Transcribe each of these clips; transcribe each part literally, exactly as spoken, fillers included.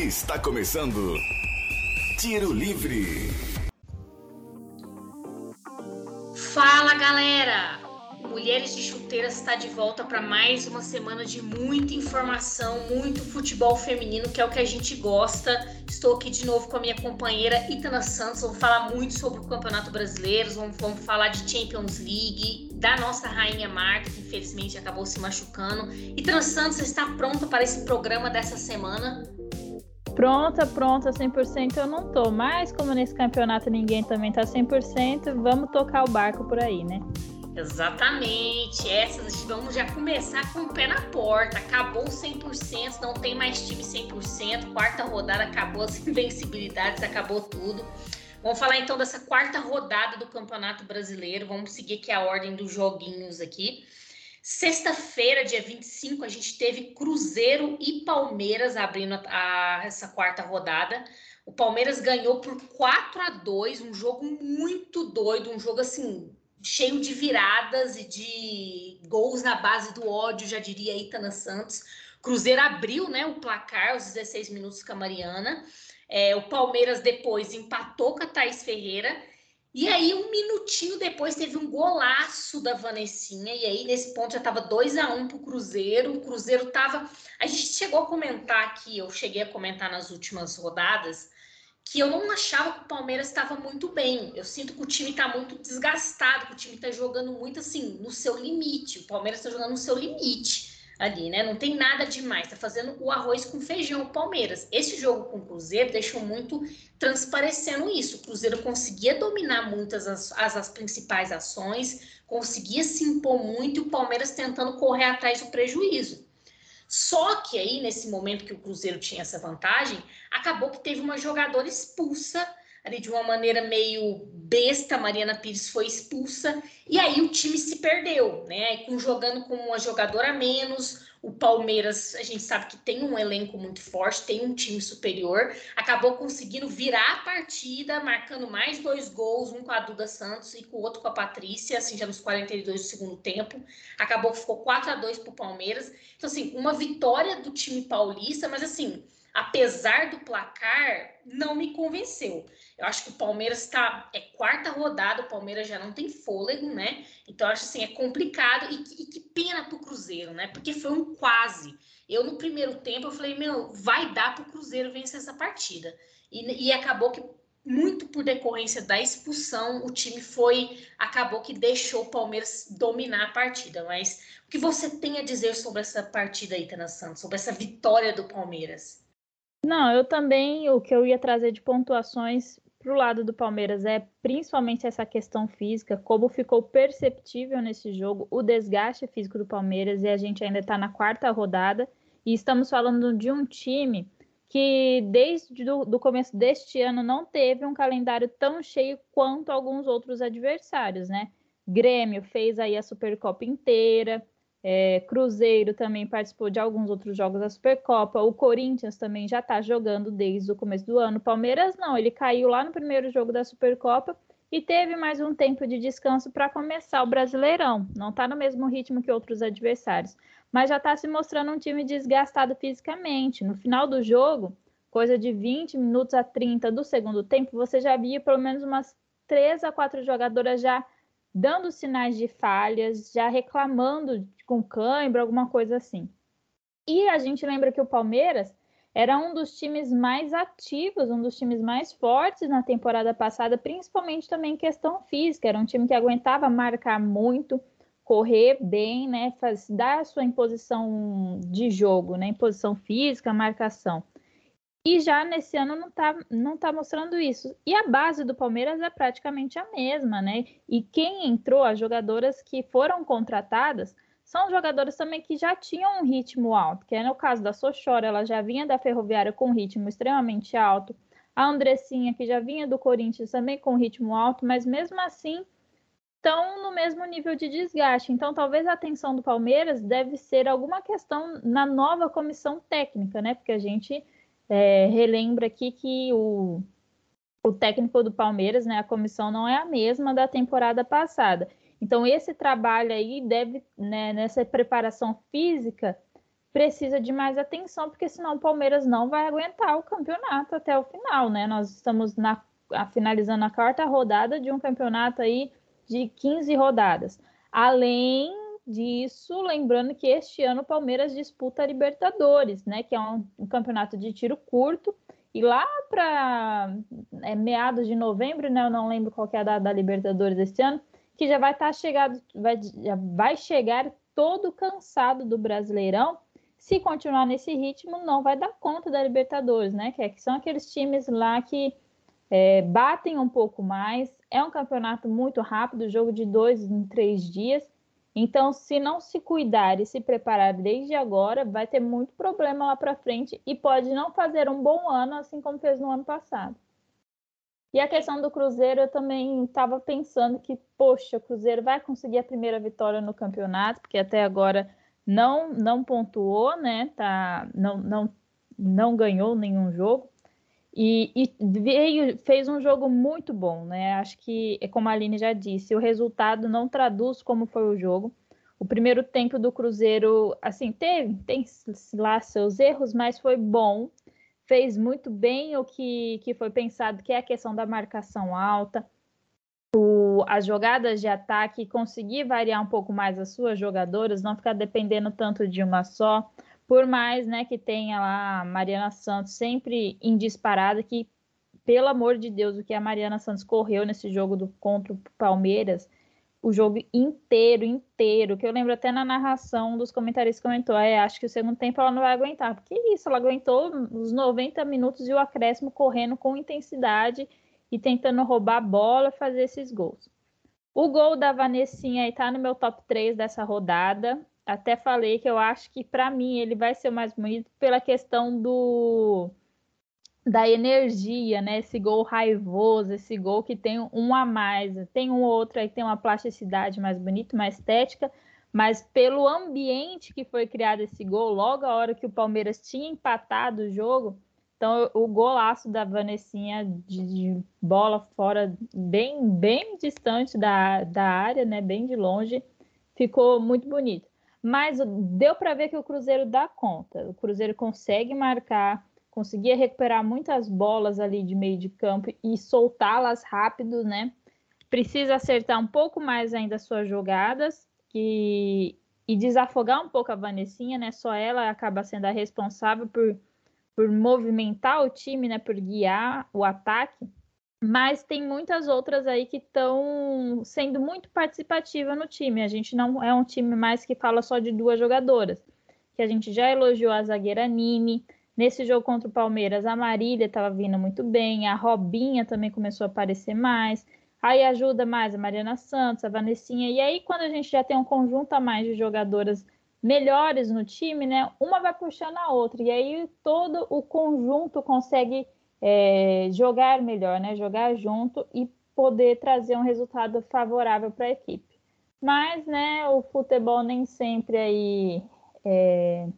Está começando Tiro Livre. Fala, galera! Mulheres de Chuteiras está de volta para mais uma semana de muita informação, muito futebol feminino, que é o que a gente gosta. Estou aqui de novo com a minha companheira Ítana Santos. Vamos falar muito sobre o Campeonato Brasileiro, vamos, vamos falar de Champions League, da nossa rainha Marta, que infelizmente acabou se machucando. Ítana Santos, você está pronta para esse programa dessa semana? Pronta, pronta, cem por cento eu não tô, mas como nesse campeonato ninguém também tá cem por cento, vamos tocar o barco por aí, né? Exatamente, essas vamos já começar com o pé na porta. Acabou o cem por cento, não tem mais time cem por cento, quarta rodada acabou as invencibilidades, acabou tudo. Vamos falar então dessa quarta rodada do Campeonato Brasileiro, vamos seguir aqui a ordem dos joguinhos aqui. Sexta-feira, dia vinte e cinco, a gente teve Cruzeiro e Palmeiras abrindo a, a, essa quarta rodada. O Palmeiras ganhou por quatro a dois, um jogo muito doido, um jogo assim, cheio de viradas e de gols na base do ódio, já diria Ítana Santos. Cruzeiro abriu, né, o placar aos dezesseis minutos com a Mariana. É, o Palmeiras depois empatou com a Thaís Ferreira. E aí, um minutinho depois, teve um golaço da Vanessinha. E aí, nesse ponto, já estava dois a um para o Cruzeiro. O Cruzeiro estava... A gente chegou a comentar aqui, eu cheguei a comentar nas últimas rodadas, que eu não achava que o Palmeiras estava muito bem. Eu sinto que o time está muito desgastado, que o time está jogando muito, assim, no seu limite. O Palmeiras está jogando no seu limite ali, né? Não tem nada demais. Tá fazendo o arroz com feijão o Palmeiras. Esse jogo com o Cruzeiro deixou muito transparecendo isso. O Cruzeiro conseguia dominar muitas as, as, as principais ações, conseguia se impor muito e o Palmeiras tentando correr atrás do prejuízo. Só que aí, nesse momento que o Cruzeiro tinha essa vantagem, acabou que teve uma jogadora expulsa, ali de uma maneira meio besta, a Mariana Pires foi expulsa, e aí o time se perdeu, né? Com, jogando com uma jogadora a menos, o Palmeiras, a gente sabe que tem um elenco muito forte, tem um time superior, acabou conseguindo virar a partida, marcando mais dois gols, um com a Duda Santos e com o outro com a Patrícia, assim, já nos quarenta e dois do segundo tempo, acabou que ficou quatro a dois pro Palmeiras. Então, assim, uma vitória do time paulista, mas assim, apesar do placar, não me convenceu. Eu acho que o Palmeiras está... É quarta rodada, o Palmeiras já não tem fôlego, né? Então, eu acho assim, é complicado. E, e que pena pro Cruzeiro, né? Porque foi um quase. Eu, no primeiro tempo, eu falei, meu, vai dar pro Cruzeiro vencer essa partida. E, e acabou que, muito por decorrência da expulsão, o time foi... Acabou que deixou o Palmeiras dominar a partida. Mas o que você tem a dizer sobre essa partida aí, Ítana Santos? Sobre essa vitória do Palmeiras? Não, eu também, o que eu ia trazer de pontuações para o lado do Palmeiras é principalmente essa questão física, como ficou perceptível nesse jogo o desgaste físico do Palmeiras, e a gente ainda está na quarta rodada, e estamos falando de um time que desde o do começo deste ano não teve um calendário tão cheio quanto alguns outros adversários, né? Grêmio fez aí a Supercopa inteira, É, Cruzeiro também participou de alguns outros jogos da Supercopa. O Corinthians também já está jogando desde o começo do ano. Palmeiras não, ele caiu lá no primeiro jogo da Supercopa e teve mais um tempo de descanso para começar o Brasileirão. Não está no mesmo ritmo que outros adversários, mas já está se mostrando um time desgastado fisicamente. No final do jogo, coisa de vinte minutos a trinta do segundo tempo, você já via pelo menos umas três a quatro jogadoras já dando sinais de falhas, já reclamando com cãibra, alguma coisa assim. E a gente lembra que o Palmeiras era um dos times mais ativos, um dos times mais fortes na temporada passada, principalmente também em questão física. Era um time que aguentava marcar muito, correr bem, né, faz, dar a sua imposição de jogo, né, imposição física, marcação. E já nesse ano não está não tá mostrando isso. E a base do Palmeiras é praticamente a mesma, né? E quem entrou, as jogadoras que foram contratadas, são jogadoras também que já tinham um ritmo alto, que é no caso da Sochora, ela já vinha da Ferroviária com um ritmo extremamente alto. A Andressinha, que já vinha do Corinthians também com um ritmo alto, mas mesmo assim estão no mesmo nível de desgaste. Então, talvez a atenção do Palmeiras deve ser alguma questão na nova comissão técnica, né? Porque a gente... É, relembra aqui que o, o técnico do Palmeiras, né, a comissão não é a mesma da temporada passada. Então, esse trabalho aí deve, né, nessa preparação física, precisa de mais atenção, porque senão o Palmeiras não vai aguentar o campeonato até o final, né? Nós estamos na, a, finalizando a quarta rodada de um campeonato aí de quinze rodadas. Além disso, lembrando que este ano o Palmeiras disputa a Libertadores, né? Que é um, um campeonato de tiro curto. E lá para é, meados de novembro, né? Eu não lembro qual que é a data da Libertadores este ano, que já vai estar chegado, vai, já vai chegar todo cansado do Brasileirão. Se continuar nesse ritmo, não vai dar conta da Libertadores, né? Que, é, que são aqueles times lá que é, batem um pouco mais. É um campeonato muito rápido, jogo de dois em três dias. Então, se não se cuidar e se preparar desde agora, vai ter muito problema lá para frente e pode não fazer um bom ano, assim como fez no ano passado. E a questão do Cruzeiro, eu também estava pensando que, poxa, o Cruzeiro vai conseguir a primeira vitória no campeonato, porque até agora não, não pontuou, né? Tá, não, não, não ganhou nenhum jogo. E, e veio, fez um jogo muito bom, né? Acho que, como a Aline já disse, o resultado não traduz como foi o jogo. O primeiro tempo do Cruzeiro, assim, teve, tem lá seus erros, mas foi bom. Fez muito bem o que, que foi pensado, que é a questão da marcação alta. O, as jogadas de ataque, conseguir variar um pouco mais as suas jogadoras, não ficar dependendo tanto de uma só. Por mais, né, que tenha lá a Mariana Santos sempre em disparada, que, pelo amor de Deus, o que a Mariana Santos correu nesse jogo do, contra o Palmeiras, o jogo inteiro, inteiro, que eu lembro até na narração um dos comentaristas comentou, é, acho que o segundo tempo ela não vai aguentar, porque isso, ela aguentou os noventa minutos e o acréscimo correndo com intensidade e tentando roubar a bola e fazer esses gols. O gol da Vanessinha aí tá no meu top três dessa rodada. Até falei que eu acho que, para mim, ele vai ser o mais bonito pela questão do da energia, né? Esse gol raivoso, esse gol que tem um a mais. Tem um outro aí que tem uma plasticidade mais bonita, mais estética, mas pelo ambiente que foi criado esse gol, logo a hora que o Palmeiras tinha empatado o jogo, então o golaço da Vanessinha de, de bola fora, bem, bem distante da, da área, né? Bem de longe, ficou muito bonito. Mas deu para ver que o Cruzeiro dá conta. O Cruzeiro consegue marcar, conseguia recuperar muitas bolas ali de meio de campo e soltá-las rápido, né? Precisa acertar um pouco mais ainda as suas jogadas que... e desafogar um pouco a Vanessinha, né? Só ela acaba sendo a responsável por, por movimentar o time, né? Por guiar o ataque. Mas tem muitas outras aí que estão sendo muito participativas no time. A gente não é um time mais que fala só de duas jogadoras. Que a gente já elogiou a zagueira Nini. Nesse jogo contra o Palmeiras, a Marília estava vindo muito bem. A Robinha também começou a aparecer mais. Aí ajuda mais a Mariana Santos, a Vanessinha. E aí, quando a gente já tem um conjunto a mais de jogadoras melhores no time, né? Uma vai puxando a outra. E aí todo o conjunto consegue... É, jogar melhor, né? Jogar junto e poder trazer um resultado favorável para a equipe. Mas, né, o futebol nem sempre aí é,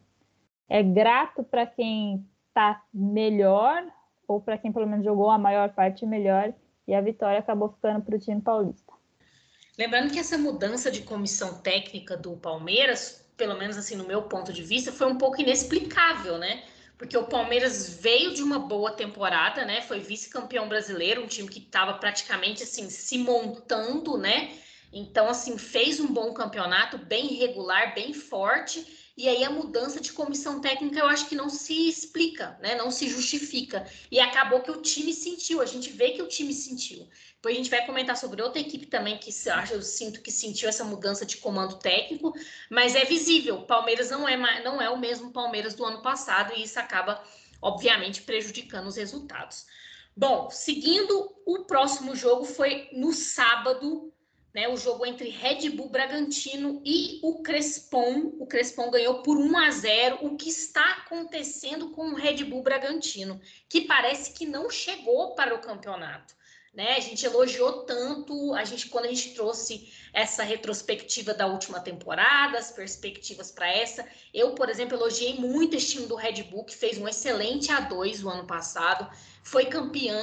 é grato para quem está melhor ou para quem pelo menos jogou a maior parte melhor e a vitória acabou ficando para o time paulista. Lembrando que essa mudança de comissão técnica do Palmeiras, pelo menos assim no meu ponto de vista, foi um pouco inexplicável, né? Porque o Palmeiras veio de uma boa temporada, né? Foi vice-campeão brasileiro, um time que estava praticamente assim se montando, né? Então, assim, fez um bom campeonato, bem regular, bem forte. E aí a mudança de comissão técnica eu acho que não se explica, né? Não se justifica. E acabou que o time sentiu, a gente vê que o time sentiu. Depois a gente vai comentar sobre outra equipe também que eu sinto que sentiu essa mudança de comando técnico, mas é visível, o Palmeiras não é, não é o mesmo Palmeiras do ano passado e isso acaba, obviamente, prejudicando os resultados. Bom, seguindo, o próximo jogo foi no sábado, né, o jogo entre Red Bull Bragantino e o Crespon. O Crespon ganhou por um a zero. O que está acontecendo com o Red Bull Bragantino? Que parece que não chegou para o campeonato. Né? A gente elogiou tanto, a gente, quando a gente trouxe essa retrospectiva da última temporada, as perspectivas para essa. Eu, por exemplo, elogiei muito esse time do Red Bull, que fez um excelente A dois o ano passado, foi campeã.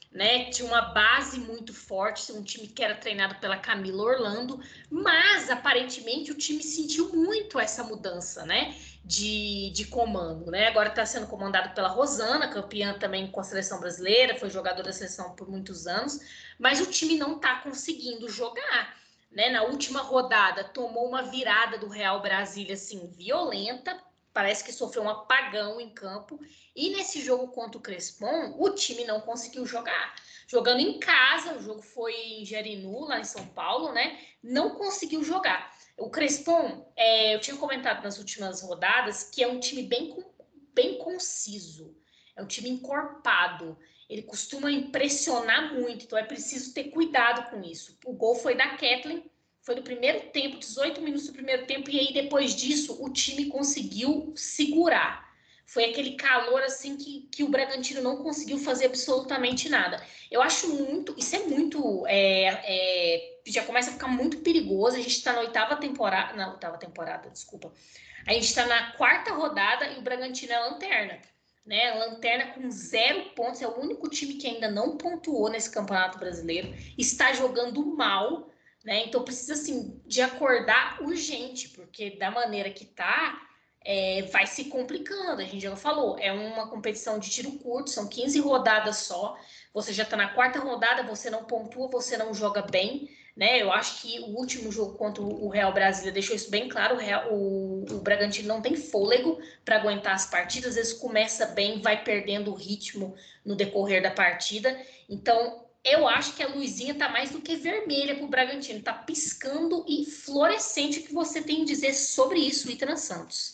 né? Tinha uma base muito forte, um time que era treinado pela Camila Orlando, mas aparentemente o time sentiu muito essa mudança, né? De, de comando, né? Agora está sendo comandado pela Rosana, campeã também com a seleção brasileira, foi jogadora da seleção por muitos anos, mas o time não está conseguindo jogar, né? Na última rodada tomou uma virada do Real Brasília assim violenta, parece que sofreu um apagão em campo. E nesse jogo contra o Crespon, o time não conseguiu jogar. Jogando em casa, o jogo foi em Jarinu, lá em São Paulo, né? Não conseguiu jogar. O Crespon, é, eu tinha comentado nas últimas rodadas que é um time bem, bem conciso. É um time encorpado. Ele costuma impressionar muito, então é preciso ter cuidado com isso. O gol foi da Kathleen, foi no primeiro tempo, dezoito minutos do primeiro tempo, e aí depois disso o time conseguiu segurar. Foi aquele calor assim que, que o Bragantino não conseguiu fazer absolutamente nada. Eu acho muito, isso é muito, é, é, já começa a ficar muito perigoso. A gente está na oitava temporada, na oitava temporada, desculpa. A gente está na quarta rodada e o Bragantino é lanterna. Né, lanterna com zero pontos, é o único time que ainda não pontuou nesse Campeonato Brasileiro, está jogando mal, né? Então precisa assim de acordar urgente, porque da maneira que tá, é, vai se complicando. A gente já falou, é uma competição de tiro curto, são quinze rodadas só. Você já está na quarta rodada, você não pontua, você não joga bem, né? Eu acho que o último jogo contra o Real Brasília deixou isso bem claro. O, Real, o, o Bragantino não tem fôlego para aguentar as partidas, às vezes começa bem, vai perdendo o ritmo no decorrer da partida. Então, eu acho que a luzinha tá mais do que vermelha para o Bragantino, tá piscando e florescente. O que você tem a dizer sobre isso, Ítana Santos?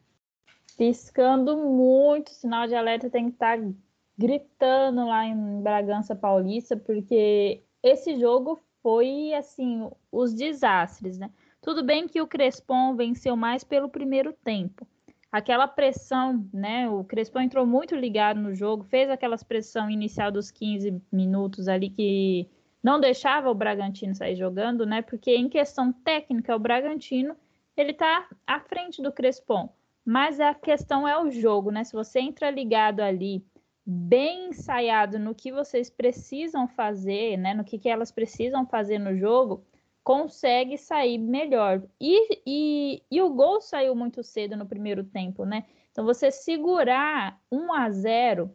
Piscando muito, sinal de alerta tem que estar gritando lá em Bragança Paulista, porque esse jogo foi, assim, os desastres, né? Tudo bem que o Crespon venceu mais pelo primeiro tempo. Aquela pressão, né? O Crespon entrou muito ligado no jogo, fez aquela pressão inicial dos quinze minutos ali que não deixava o Bragantino sair jogando, né? Porque em questão técnica, o Bragantino, ele tá à frente do Crespon. Mas a questão é o jogo, né? Se você entra ligado ali, bem ensaiado no que vocês precisam fazer, né? No que, que elas precisam fazer no jogo, consegue sair melhor. E, e, e o gol saiu muito cedo no primeiro tempo, né? Então, você segurar um a zero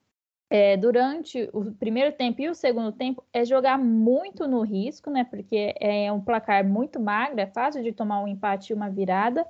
é, durante o primeiro tempo e o segundo tempo é jogar muito no risco, né? Porque é um placar muito magro, é fácil de tomar um empate e uma virada.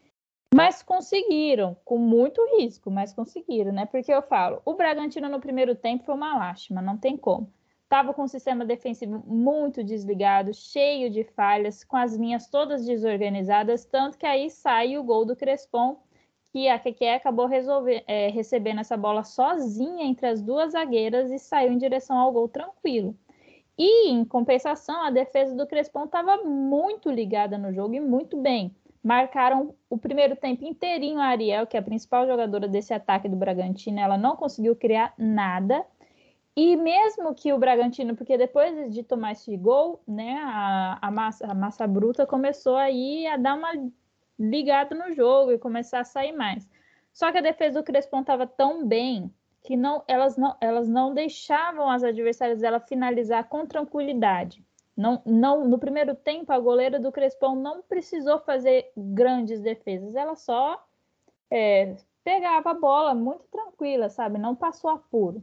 Mas conseguiram, com muito risco, mas conseguiram, né? Porque eu falo, o Bragantino no primeiro tempo foi uma lástima, não tem como. Tava com o sistema defensivo muito desligado, cheio de falhas, com as linhas todas desorganizadas, tanto que aí sai o gol do Crespon, que a Keke acabou resolver, é, recebendo essa bola sozinha entre as duas zagueiras e saiu em direção ao gol tranquilo. E, em compensação, a defesa do Crespon estava muito ligada no jogo e muito bem. Marcaram o primeiro tempo inteirinho a Ariel, que é a principal jogadora desse ataque do Bragantino. Ela não conseguiu criar nada. E mesmo que o Bragantino, porque depois de tomar esse gol, né, a, a, massa, a massa bruta começou aí a dar uma ligada no jogo e começar a sair mais. Só que a defesa do Crespon estava tão bem que não, elas, não, elas não deixavam as adversárias dela finalizar com tranquilidade. Não, não, no primeiro tempo, a goleira do Crespon não precisou fazer grandes defesas. Ela só é, pegava a bola muito tranquila, sabe? Não passou apuro.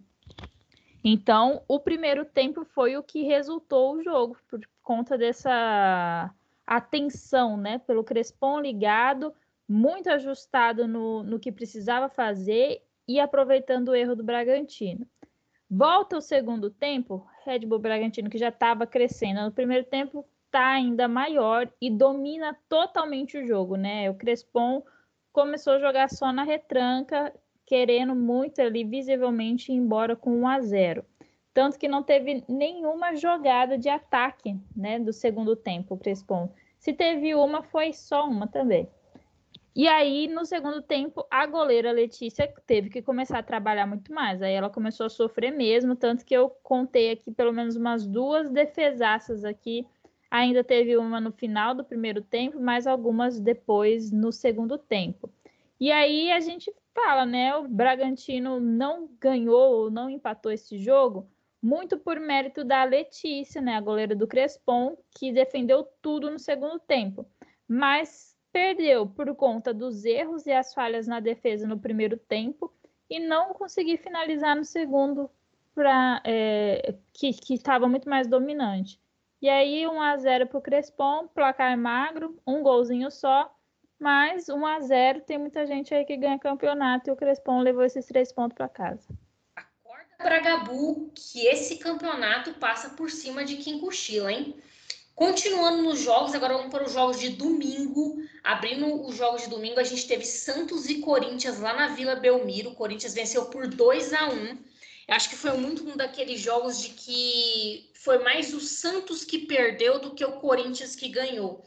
Então, o primeiro tempo foi o que resultou o jogo, por conta dessa atenção, né? Pelo Crespon ligado, muito ajustado no, no que precisava fazer e aproveitando o erro do Bragantino. Volta o segundo tempo, Red Bull Bragantino, que já estava crescendo no primeiro tempo, está ainda maior e domina totalmente o jogo, né? O Crespon começou a jogar só na retranca, querendo muito ali, visivelmente, ir embora com um a zero. Tanto que não teve nenhuma jogada de ataque, né, do segundo tempo, o Crespon. Se teve uma, foi só uma também. E aí, no segundo tempo, a goleira Letícia teve que começar a trabalhar muito mais. Aí ela começou a sofrer mesmo, tanto que eu contei aqui pelo menos umas duas defesaças aqui. Ainda teve uma no final do primeiro tempo, mais algumas depois no segundo tempo. E aí a gente fala, né? O Bragantino não ganhou ou não empatou esse jogo muito por mérito da Letícia, né, a goleira do Crespon, que defendeu tudo no segundo tempo, mas perdeu por conta dos erros e as falhas na defesa no primeiro tempo e não conseguiu finalizar no segundo, pra, é, que estava muito mais dominante. E aí um a zero para o Crespon, placar magro, um golzinho só, mas um a zero tem muita gente aí que ganha campeonato e o Crespon levou esses três pontos para casa. Para Gabu, que esse campeonato passa por cima de quem cochila, hein? Continuando nos jogos, agora vamos para os jogos de domingo. Abrindo os jogos de domingo, a gente teve Santos e Corinthians lá na Vila Belmiro. O Corinthians venceu por dois a um. Eu acho que foi muito um daqueles jogos de que foi mais o Santos que perdeu do que o Corinthians que ganhou.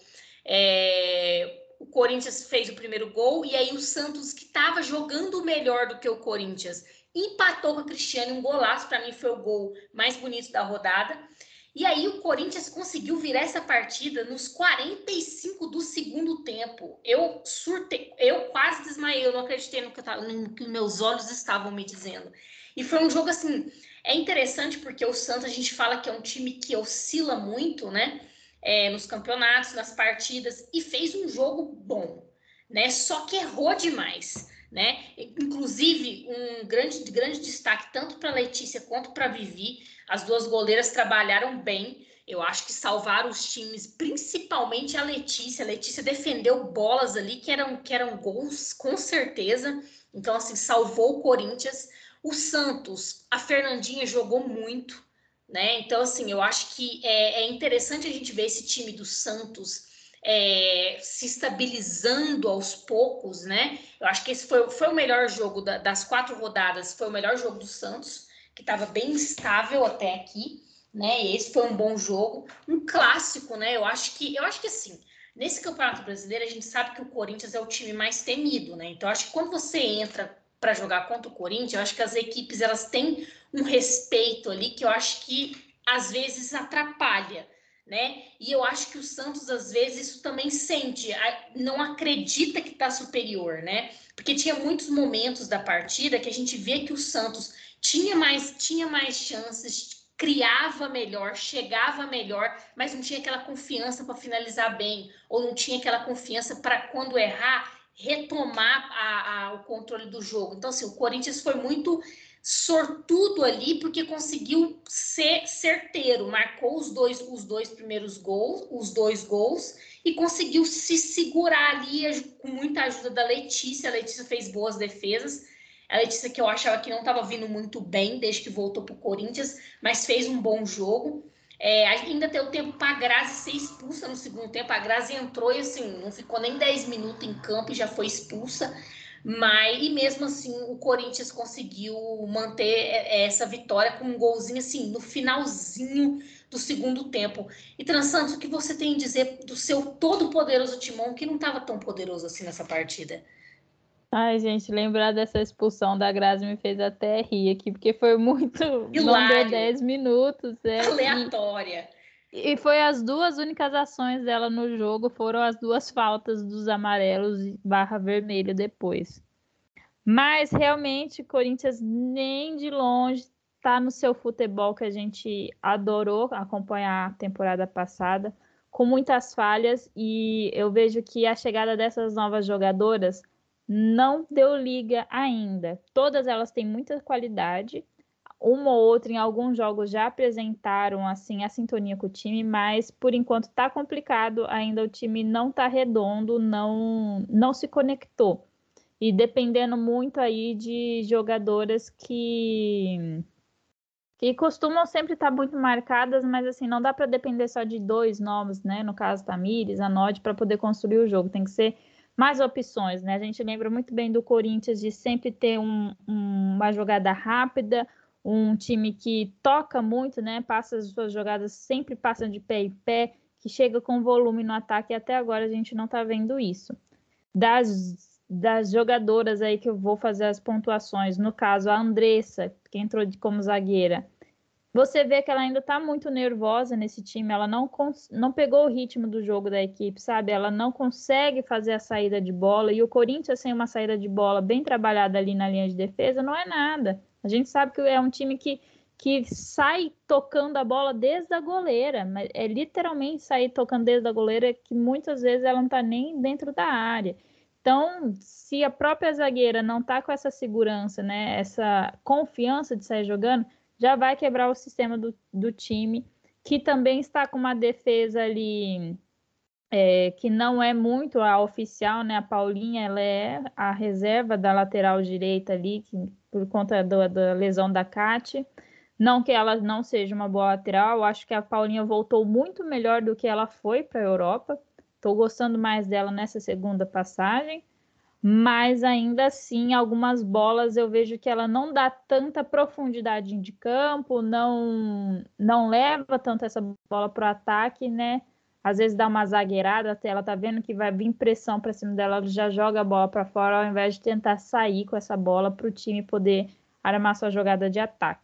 É... O Corinthians fez o primeiro gol e aí o Santos, que estava jogando melhor do que o Corinthians, empatou com a Cristiane, um golaço, para mim foi o gol mais bonito da rodada. E aí o Corinthians conseguiu virar essa partida nos quarenta e cinco do segundo tempo. Eu surtei, eu quase desmaiei, eu não acreditei no que, eu tava, no que meus olhos estavam me dizendo. E foi um jogo assim, é interessante porque o Santos, a gente fala que é um time que oscila muito, né? É, nos campeonatos, nas partidas, e fez um jogo bom, né? Só que errou demais. Né? Inclusive, um grande, grande destaque tanto para a Letícia quanto para a Vivi. As duas goleiras trabalharam bem. Eu acho que salvaram os times, principalmente a Letícia. A Letícia defendeu bolas ali que eram, que eram gols, com certeza. Então, assim, salvou o Corinthians. O Santos, a Fernandinha jogou muito, né? Então, assim, eu acho que é, é interessante a gente ver esse time do Santos É, se estabilizando aos poucos, né? Eu acho que esse foi, foi o melhor jogo da, das quatro rodadas, foi o melhor jogo do Santos, que estava bem estável até aqui, né? E esse foi um bom jogo, um clássico, né? Eu acho que, eu acho que assim, nesse Campeonato Brasileiro, a gente sabe que o Corinthians é o time mais temido, né? Então, acho que quando você entra para jogar contra o Corinthians, eu acho que as equipes elas têm um respeito ali que eu acho que às vezes atrapalha. Né? E eu acho que o Santos, às vezes, isso também sente, não acredita que está superior, né? Porque tinha muitos momentos da partida que a gente vê que o Santos tinha mais, tinha mais chances, criava melhor, chegava melhor, mas não tinha aquela confiança para finalizar bem, ou não tinha aquela confiança para, quando errar, retomar a, a, o controle do jogo. Então, assim, o Corinthians foi muito sortudo ali, porque conseguiu ser certeiro, marcou os dois, os dois primeiros gols, os dois gols, e conseguiu se segurar ali com muita ajuda da Letícia. A Letícia fez boas defesas, a Letícia que eu achava que não estava vindo muito bem desde que voltou para o Corinthians, mas fez um bom jogo. É, ainda tem o tempo para a Grazi ser expulsa no segundo tempo. A Grazi entrou e assim, não ficou nem dez minutos em campo e já foi expulsa. Mas, e mesmo assim, o Corinthians conseguiu manter essa vitória com um golzinho assim, no finalzinho do segundo tempo. E Tran Santos, o que você tem a dizer do seu todo-poderoso Timão, que não estava tão poderoso assim nessa partida? Ai, gente, lembrar dessa expulsão da Grazi me fez até rir aqui, porque foi muito... Hilário. Não deu dez minutos. É, aleatória. E, e foi as duas únicas ações dela no jogo, foram as duas faltas dos amarelos barra vermelho depois. Mas, realmente, Corinthians nem de longe está no seu futebol que a gente adorou acompanhar a temporada passada, com muitas falhas, e eu vejo que a chegada dessas novas jogadoras não deu liga ainda. Todas elas têm muita qualidade, uma ou outra em alguns jogos já apresentaram assim a sintonia com o time, mas por enquanto está complicado, ainda o time não está redondo, não, não se conectou. E dependendo muito aí de jogadoras que, que costumam sempre estar muito marcadas, mas assim, não dá para depender só de dois nomes, né? No caso, Tamires, Anode, para poder construir o jogo. Tem que ser mais opções, né? A gente lembra muito bem do Corinthians de sempre ter um, um, uma jogada rápida, um time que toca muito, né? Passa as suas jogadas, sempre passam de pé em pé, que chega com volume no ataque, e até agora a gente não está vendo isso. Das das jogadoras aí que eu vou fazer as pontuações, no caso a Andressa, que entrou de, como zagueira, você vê que ela ainda está muito nervosa nesse time, ela não, não pegou o ritmo do jogo da equipe, sabe? Ela não consegue fazer a saída de bola, e o Corinthians sem uma saída de bola bem trabalhada ali na linha de defesa não é nada. A gente sabe que é um time que, que sai tocando a bola desde a goleira, mas é literalmente sair tocando desde a goleira, que muitas vezes ela não está nem dentro da área. Então, se a própria zagueira não está com essa segurança, né, essa confiança de sair jogando, já vai quebrar o sistema do, do time, que também está com uma defesa ali é, que não é muito a oficial, né? A Paulinha, ela é a reserva da lateral direita ali, que, por conta do, da lesão da Cate. Não que ela não seja uma boa lateral, eu acho que a Paulinha voltou muito melhor do que ela foi para a Europa. Estou gostando mais dela nessa segunda passagem, mas ainda assim, algumas bolas eu vejo que ela não dá tanta profundidade de campo, não, não leva tanto essa bola para o ataque, né? Às vezes dá uma zagueirada, até ela tá vendo que vai vir pressão para cima dela, ela já joga a bola para fora, ao invés de tentar sair com essa bola para o time poder armar sua jogada de ataque.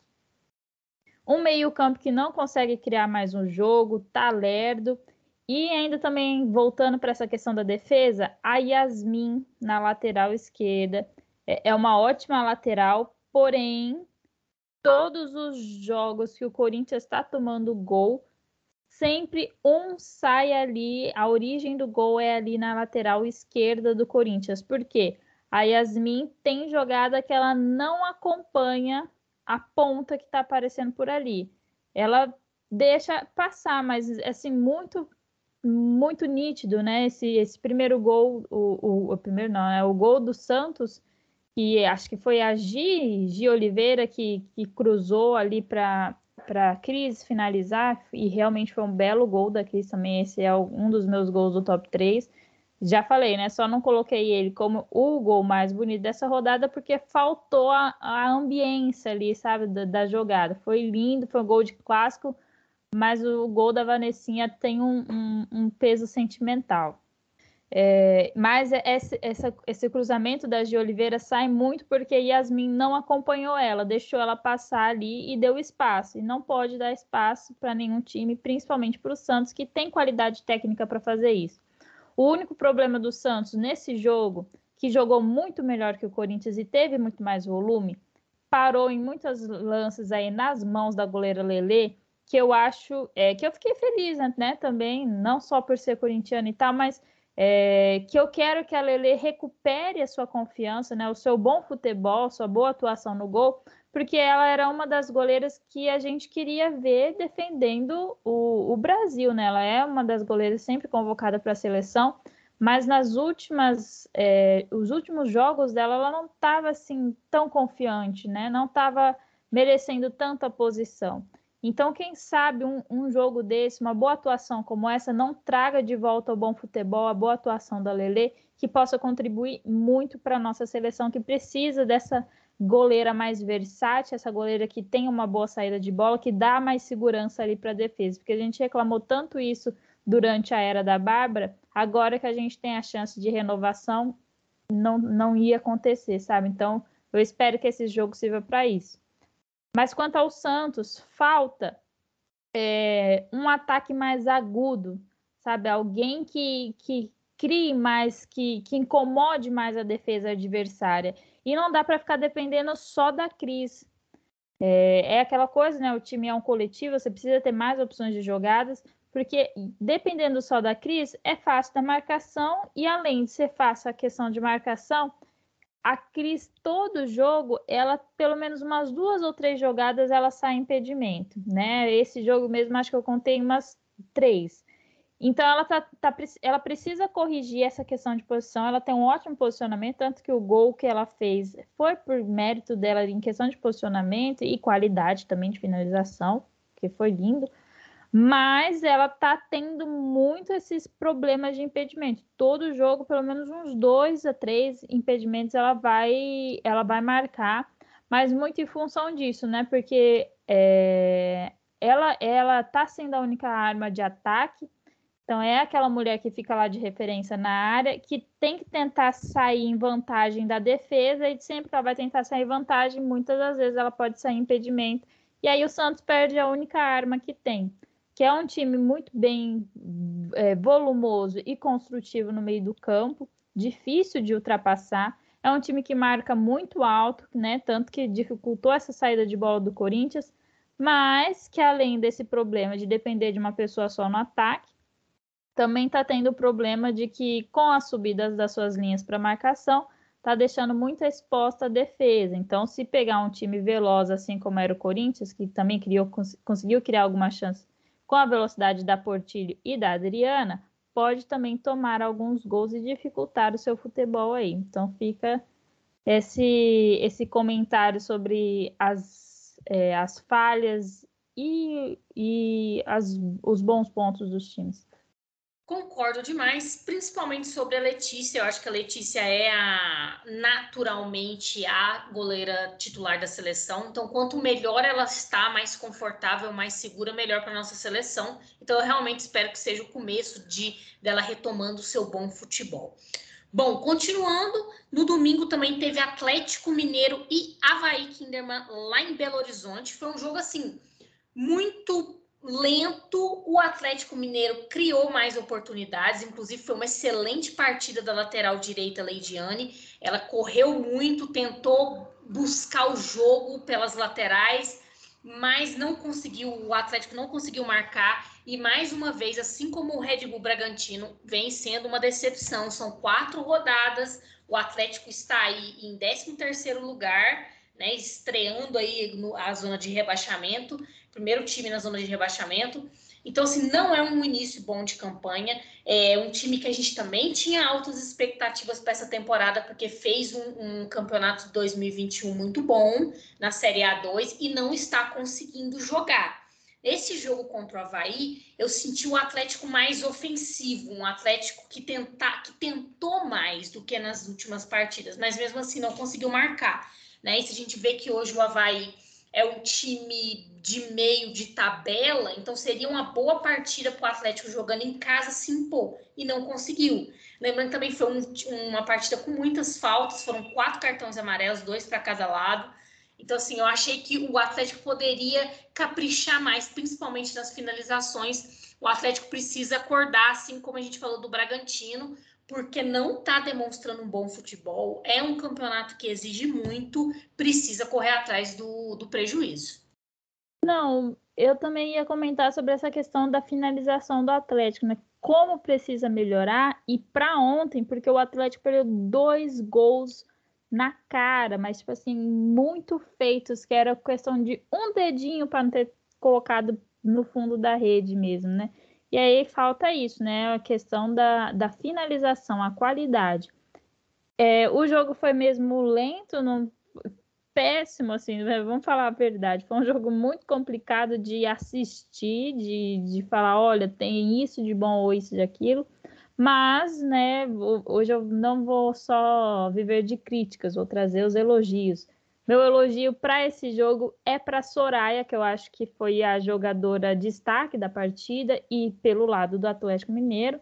Um meio-campo que não consegue criar mais um jogo, tá lerdo. E ainda também, voltando para essa questão da defesa, a Yasmin na lateral esquerda é uma ótima lateral, porém, todos os jogos que o Corinthians está tomando gol, sempre um sai ali, a origem do gol é ali na lateral esquerda do Corinthians. Por quê? A Yasmin tem jogada que ela não acompanha a ponta que está aparecendo por ali. Ela deixa passar, mas assim, muito muito nítido, né? Esse, esse primeiro gol, o, o, o primeiro não, é o gol do Santos, que acho que foi a Gi, Gi Oliveira que, que cruzou ali para a Cris finalizar, e realmente foi um belo gol da Cris também. Esse é um dos meus gols do top três. Já falei, né? Só não coloquei ele como o gol mais bonito dessa rodada porque faltou a, a ambiência ali, sabe, da, da jogada. Foi lindo, foi um gol de clássico, mas o gol da Vanessinha tem um, um, um peso sentimental. É, mas esse, essa, esse cruzamento da Gi Oliveira sai muito porque Yasmin não acompanhou ela, deixou ela passar ali e deu espaço. E não pode dar espaço para nenhum time, principalmente para o Santos, que tem qualidade técnica para fazer isso. O único problema do Santos nesse jogo, que jogou muito melhor que o Corinthians e teve muito mais volume, parou em muitos lances aí nas mãos da goleira Lelê, que eu acho, é, que eu fiquei feliz, né, também, não só por ser corintiana e tal, mas é, que eu quero que a Lelê recupere a sua confiança, né, o seu bom futebol, sua boa atuação no gol, porque ela era uma das goleiras que a gente queria ver defendendo o, o Brasil, né, ela é uma das goleiras sempre convocada para a seleção, mas nas últimas, é, os últimos jogos dela, ela não estava assim tão confiante, né, não estava merecendo tanta posição. Então, quem sabe um, um jogo desse, uma boa atuação como essa, não traga de volta o bom futebol, a boa atuação da Lelê, que possa contribuir muito para a nossa seleção, que precisa dessa goleira mais versátil, essa goleira que tem uma boa saída de bola, que dá mais segurança ali para a defesa. Porque a gente reclamou tanto isso durante a era da Bárbara, agora que a gente tem a chance de renovação, não, não ia acontecer, sabe? Então, eu espero que esse jogo sirva para isso. Mas quanto ao Santos, falta é, um ataque mais agudo, sabe? Alguém que, que crie mais, que, que incomode mais a defesa adversária. E não dá para ficar dependendo só da Cris. É, é aquela coisa, né? O time é um coletivo, você precisa ter mais opções de jogadas, porque dependendo só da Cris, é fácil da marcação, e além de ser fácil a questão de marcação, a Cris, todo jogo, ela, pelo menos umas duas ou três jogadas, ela sai em impedimento, né? Esse jogo mesmo, acho que eu contei umas três. Então, ela, tá, tá, ela precisa corrigir essa questão de posição, ela tem um ótimo posicionamento, tanto que o gol que ela fez foi por mérito dela em questão de posicionamento e qualidade também de finalização, que foi lindo. Mas ela tá tendo muito esses problemas de impedimento. Todo jogo, pelo menos uns dois a três impedimentos ela vai, ela vai marcar, mas muito em função disso, né? Porque é, ela, ela tá sendo a única arma de ataque, então é aquela mulher que fica lá de referência na área, que tem que tentar sair em vantagem da defesa, e sempre que ela vai tentar sair em vantagem, muitas das vezes ela pode sair em impedimento, e aí o Santos perde a única arma que tem, que é um time muito bem é, volumoso e construtivo no meio do campo, difícil de ultrapassar, é um time que marca muito alto, né? Tanto que dificultou essa saída de bola do Corinthians, mas que além desse problema de depender de uma pessoa só no ataque, também está tendo o problema de que com as subidas das suas linhas para marcação, está deixando muito exposta a defesa. Então, se pegar um time veloz, assim como era o Corinthians, que também criou, cons- conseguiu criar alguma chance com a velocidade da Portillo e da Adriana, pode também tomar alguns gols e dificultar o seu futebol aí. Então, fica esse, esse comentário sobre as, é, as falhas e, e as, os bons pontos dos times. Concordo demais, principalmente sobre a Letícia. Eu acho que a Letícia é a, naturalmente a goleira titular da seleção. Então, quanto melhor ela está, mais confortável, mais segura, melhor para a nossa seleção. Então, eu realmente espero que seja o começo de dela retomando o seu bom futebol. Bom, continuando, no domingo também teve Atlético Mineiro e Avaí Kinderman lá em Belo Horizonte. Foi um jogo, assim, muito lento. O Atlético Mineiro criou mais oportunidades, inclusive foi uma excelente partida da lateral direita Leidiane. Ela correu muito, tentou buscar o jogo pelas laterais, mas não conseguiu, o Atlético não conseguiu marcar, e mais uma vez, assim como o Red Bull Bragantino, vem sendo uma decepção. São quatro rodadas, o Atlético está aí em décimo terceiro lugar, né, estreando aí no, a zona de rebaixamento, primeiro time na zona de rebaixamento. Então, assim, não é um início bom de campanha. É um time que a gente também tinha altas expectativas para essa temporada, porque fez um, um campeonato de dois mil e vinte e um muito bom na Série A dois e não está conseguindo jogar. Esse jogo contra o Avaí, eu senti um Atlético mais ofensivo, um Atlético que, tenta, que tentou mais do que nas últimas partidas, mas mesmo assim não conseguiu marcar, né? E se a gente vê que hoje o Avaí é um time de meio de tabela, então seria uma boa partida para o Atlético jogando em casa se impor, e não conseguiu. Lembrando que também foi um, uma partida com muitas faltas, foram quatro cartões amarelos, dois para cada lado. Então, assim, eu achei que o Atlético poderia caprichar mais, principalmente nas finalizações. O Atlético precisa acordar, assim como a gente falou do Bragantino, porque não está demonstrando um bom futebol. É um campeonato que exige muito, precisa correr atrás do, do prejuízo. Não, eu também ia comentar sobre essa questão da finalização do Atlético, né? Como precisa melhorar, e para ontem, porque o Atlético perdeu dois gols na cara, mas tipo assim, muito feitos, que era questão de um dedinho para não ter colocado no fundo da rede mesmo, né? E aí falta isso, né? A questão da, da finalização, a qualidade. É, o jogo foi mesmo lento, não, péssimo, assim, né? Vamos falar a verdade. Foi um jogo muito complicado de assistir, de, de falar, olha, tem isso de bom ou isso de aquilo. Mas, né, hoje eu não vou só viver de críticas, vou trazer os elogios. Meu elogio para esse jogo é para Soraya, que eu acho que foi a jogadora destaque da partida, e pelo lado do Atlético Mineiro,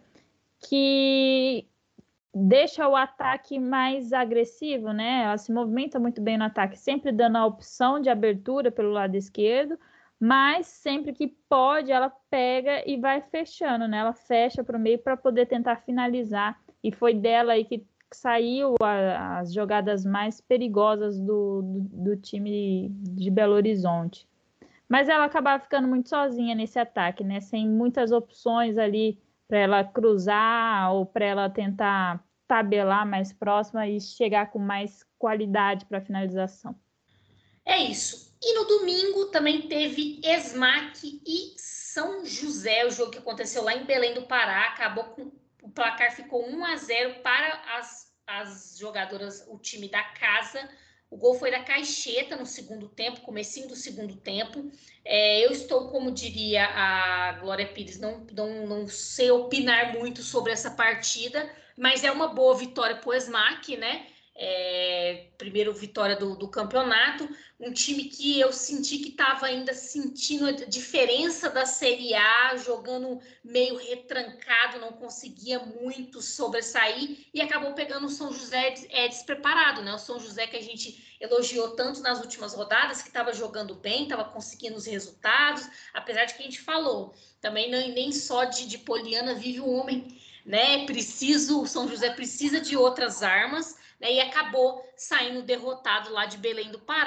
que deixa o ataque mais agressivo, né? Ela se movimenta muito bem no ataque, sempre dando a opção de abertura pelo lado esquerdo, mas sempre que pode, ela pega e vai fechando, né? Ela fecha para o meio para poder tentar finalizar, e foi dela aí que saiu a, as jogadas mais perigosas do, do, do time de Belo Horizonte. Mas ela acabava ficando muito sozinha nesse ataque, né? Sem muitas opções ali para ela cruzar ou para ela tentar tabelar mais próxima e chegar com mais qualidade para a finalização. É isso. E no domingo também teve Esmaque e São José, o jogo que aconteceu lá em Belém do Pará. Acabou com o placar, ficou um a zero para as, as jogadoras, o time da casa. O gol foi da Caixeta no segundo tempo, comecinho do segundo tempo. É, eu estou, como diria a Glória Pires, não, não, não sei opinar muito sobre essa partida, mas é uma boa vitória para o Esmaque, né? É, primeiro vitória do, do campeonato, um time que eu senti que estava ainda sentindo a diferença da Série A, jogando meio retrancado, não conseguia muito sobressair, e acabou pegando o São José é, despreparado, né? O São José que a gente elogiou tanto nas últimas rodadas, que estava jogando bem, estava conseguindo os resultados, apesar de que a gente falou, também não, nem só de, de Poliana vive o homem, né? Preciso, o São José precisa de outras armas, né, e acabou saindo derrotado lá de Belém do Pará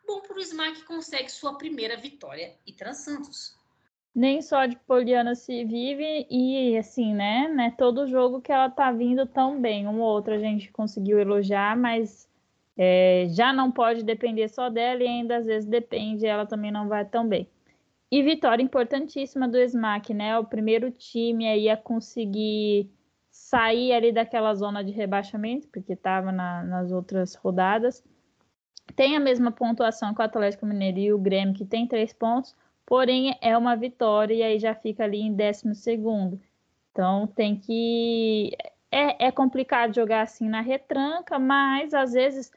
bom para o Smack, que consegue sua primeira vitória e Trans-Santos. Nem só de Poliana se vive e assim, né, né? Todo jogo que ela tá vindo tão bem. Um ou outro a gente conseguiu elogiar, mas é, já não pode depender só dela e ainda às vezes depende, ela também não vai tão bem. E vitória importantíssima do Smack, né? O primeiro time aí a conseguir sair ali daquela zona de rebaixamento, porque estava na, nas outras rodadas. Tem a mesma pontuação que o Atlético Mineiro e o Grêmio, que tem três pontos, porém é uma vitória e aí já fica ali em décimo segundo. Então tem que... É, é complicado jogar assim na retranca, mas às vezes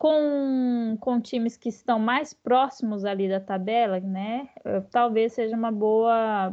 com, com times que estão mais próximos ali da tabela, né? Talvez seja uma boa,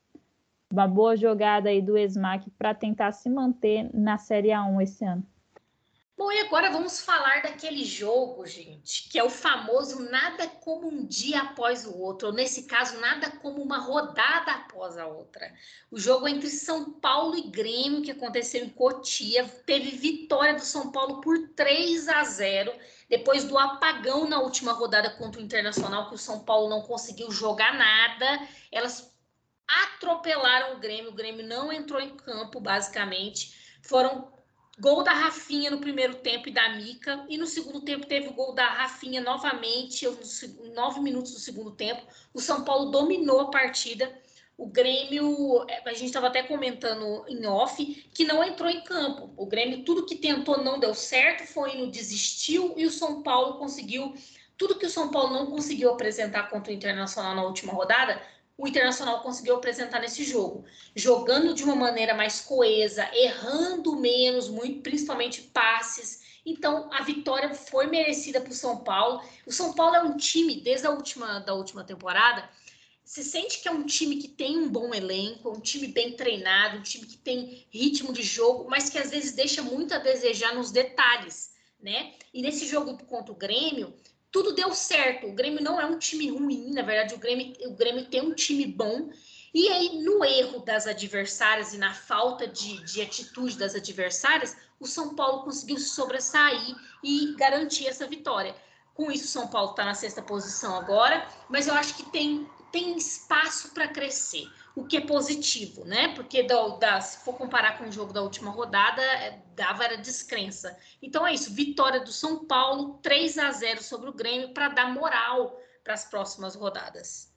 uma boa jogada aí do Smack para tentar se manter na Série A um esse ano. Bom, e agora vamos falar daquele jogo, gente, que é o famoso nada como um dia após o outro, ou nesse caso, nada como uma rodada após a outra. O jogo entre São Paulo e Grêmio, que aconteceu em Cotia, teve vitória do São Paulo por três a zero, depois do apagão na última rodada contra o Internacional, que o São Paulo não conseguiu jogar nada, elas atropelaram o Grêmio, o Grêmio não entrou em campo, basicamente, foram... Gol da Rafinha no primeiro tempo e da Mica. E no segundo tempo teve o gol da Rafinha novamente, em nove minutos do segundo tempo. O São Paulo dominou a partida. O Grêmio, a gente estava até comentando em off, que não entrou em campo. O Grêmio, tudo que tentou não deu certo, foi indo, desistiu. E o São Paulo conseguiu, tudo que o São Paulo não conseguiu apresentar contra o Internacional na última rodada, o Internacional conseguiu apresentar nesse jogo, jogando de uma maneira mais coesa, errando menos, muito, principalmente passes. Então, a vitória foi merecida para o São Paulo. O São Paulo é um time, desde a última, da última temporada, se sente que é um time que tem um bom elenco, um time bem treinado, um time que tem ritmo de jogo, mas que às vezes deixa muito a desejar nos detalhes, né? E nesse jogo contra o Grêmio, tudo deu certo. O Grêmio não é um time ruim, na verdade, o Grêmio, o Grêmio tem um time bom. E aí, no erro das adversárias e na falta de, de atitude das adversárias, o São Paulo conseguiu se sobressair e garantir essa vitória. Com isso, o São Paulo está na sexta posição agora, mas eu acho que tem, tem espaço para crescer, o que é positivo, né? Porque da, da, se for comparar com o jogo da última rodada, dava era descrença. Então é isso, vitória do São Paulo, três a zero sobre o Grêmio, para dar moral para as próximas rodadas.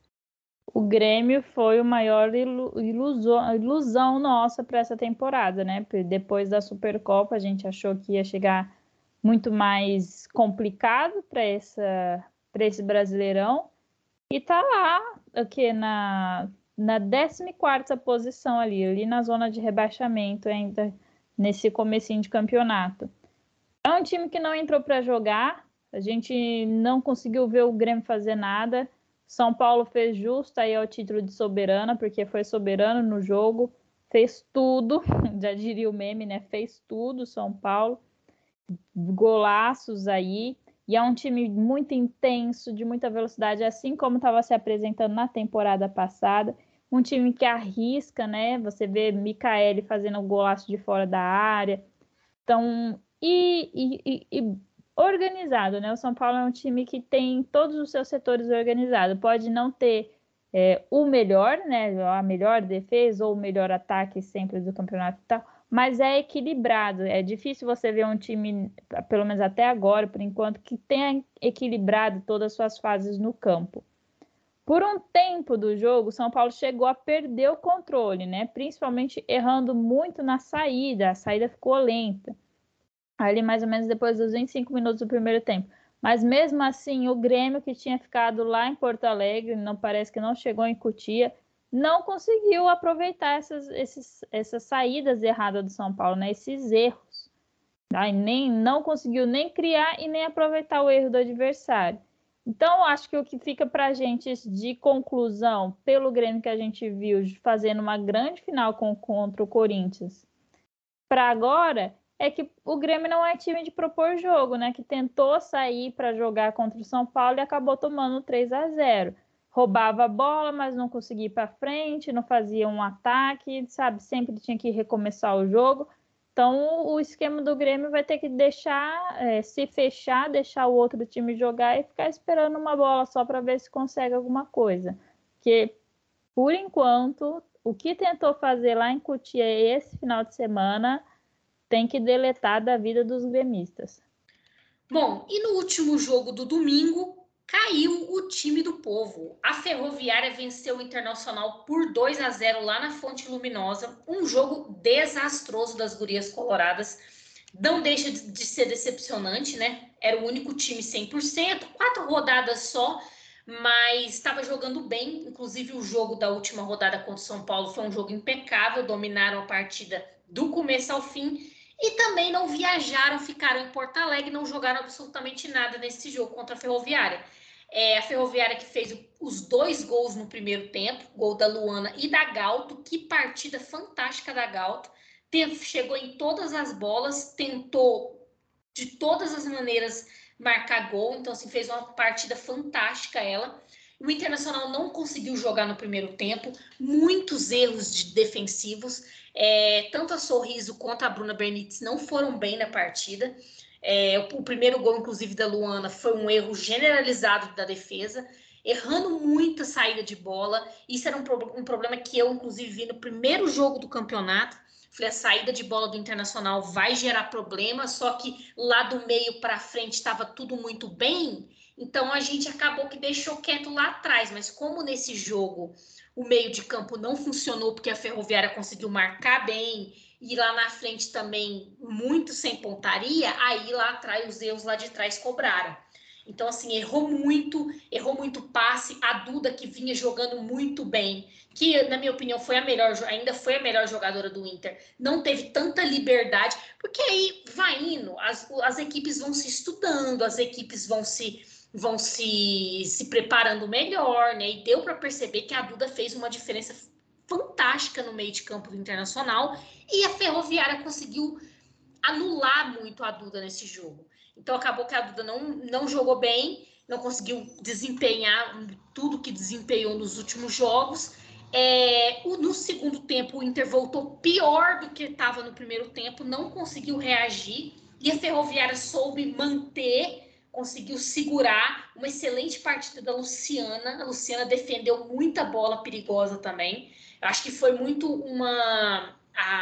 O Grêmio foi o maior ilu ilusão, ilusão nossa para essa temporada, né? Depois da Supercopa, a gente achou que ia chegar muito mais complicado para essa para esse Brasileirão e tá lá aqui na na décima quarta posição ali, ali na zona de rebaixamento ainda nesse comecinho de campeonato. É um time que não entrou para jogar, a gente não conseguiu ver o Grêmio fazer nada. São Paulo fez justo aí ao título de soberana, porque foi soberano no jogo, fez tudo, já diria o meme, né? Fez tudo São Paulo, golaços aí, e é um time muito intenso, de muita velocidade, assim como estava se apresentando na temporada passada, um time que arrisca, né? Você vê Micaele fazendo um golaço de fora da área, então, e, e, e organizado, né? O São Paulo é um time que tem todos os seus setores organizados. Pode não ter é, o melhor, né? A melhor defesa ou o melhor ataque sempre do campeonato e tal, mas é equilibrado. É difícil você ver um time, pelo menos até agora, por enquanto, que tenha equilibrado todas as suas fases no campo. Por um tempo do jogo, o São Paulo chegou a perder o controle, né? Principalmente errando muito na saída. A saída ficou lenta. Ali mais ou menos depois dos vinte e cinco minutos do primeiro tempo. Mas mesmo assim, o Grêmio, que tinha ficado lá em Porto Alegre, não parece que não chegou em Cotia, não conseguiu aproveitar essas, esses, essas saídas erradas do São Paulo, né? Esses erros. Tá? E nem, não conseguiu nem criar e nem aproveitar o erro do adversário. Então, acho que o que fica para a gente de conclusão, pelo Grêmio que a gente viu fazendo uma grande final com, contra o Corinthians, para agora, é que o Grêmio não é time de propor jogo, né? Que tentou sair para jogar contra o São Paulo e acabou tomando três a zero. Roubava a bola, mas não conseguia ir para frente, não fazia um ataque, sabe? Sempre tinha que recomeçar o jogo. Então, o esquema do Grêmio vai ter que deixar, é, se fechar, deixar o outro time jogar e ficar esperando uma bola só para ver se consegue alguma coisa. Porque, por enquanto, o que tentou fazer lá em Cotia esse final de semana tem que deletar da vida dos gremistas. Bom, e no último jogo do domingo, caiu o time do povo. A Ferroviária venceu o Internacional por dois a zero lá na Fonte Luminosa. Um jogo desastroso das gurias coloradas. Não deixa de ser decepcionante, né? Era o único time cem por cento, quatro rodadas só, mas estava jogando bem. Inclusive, o jogo da última rodada contra o São Paulo foi um jogo impecável, dominaram a partida do começo ao fim. E também não viajaram, ficaram em Porto Alegre, não jogaram absolutamente nada nesse jogo contra a Ferroviária. É a Ferroviária que fez os dois gols no primeiro tempo, gol da Luana e da Galto. Que partida fantástica da Galto. Chegou em todas as bolas, tentou de todas as maneiras marcar gol, então assim, fez uma partida fantástica ela. O Internacional não conseguiu jogar no primeiro tempo, muitos erros de defensivos, é, tanto a Sorriso quanto a Bruna Bernitz não foram bem na partida. É, o, o primeiro gol, inclusive, da Luana foi um erro generalizado da defesa, errando muita saída de bola. Isso era um, um problema que eu, inclusive, vi no primeiro jogo do campeonato. Falei, a saída de bola do Internacional vai gerar problema, só que lá do meio para frente estava tudo muito bem, então a gente acabou que deixou quieto lá atrás, mas como nesse jogo o meio de campo não funcionou porque a Ferroviária conseguiu marcar bem e lá na frente também muito sem pontaria, aí lá atrás os erros lá de trás cobraram. Então, assim, errou muito, errou muito passe. A Duda, que vinha jogando muito bem, que, na minha opinião, foi a melhor, ainda foi a melhor jogadora do Inter, não teve tanta liberdade, porque aí vai indo, as, as equipes vão se estudando, as equipes vão se, vão se, se preparando melhor, né? E deu para perceber que a Duda fez uma diferença fantástica no meio de campo do Internacional e a Ferroviária conseguiu anular muito a Duda nesse jogo. Então acabou que a Duda não, não jogou bem, não conseguiu desempenhar tudo que desempenhou nos últimos jogos. É, no segundo tempo, o Inter voltou pior do que estava no primeiro tempo, não conseguiu reagir, e a Ferroviária soube manter, conseguiu segurar. Uma excelente partida da Luciana. A Luciana defendeu muita bola perigosa também. Eu acho que foi muito uma...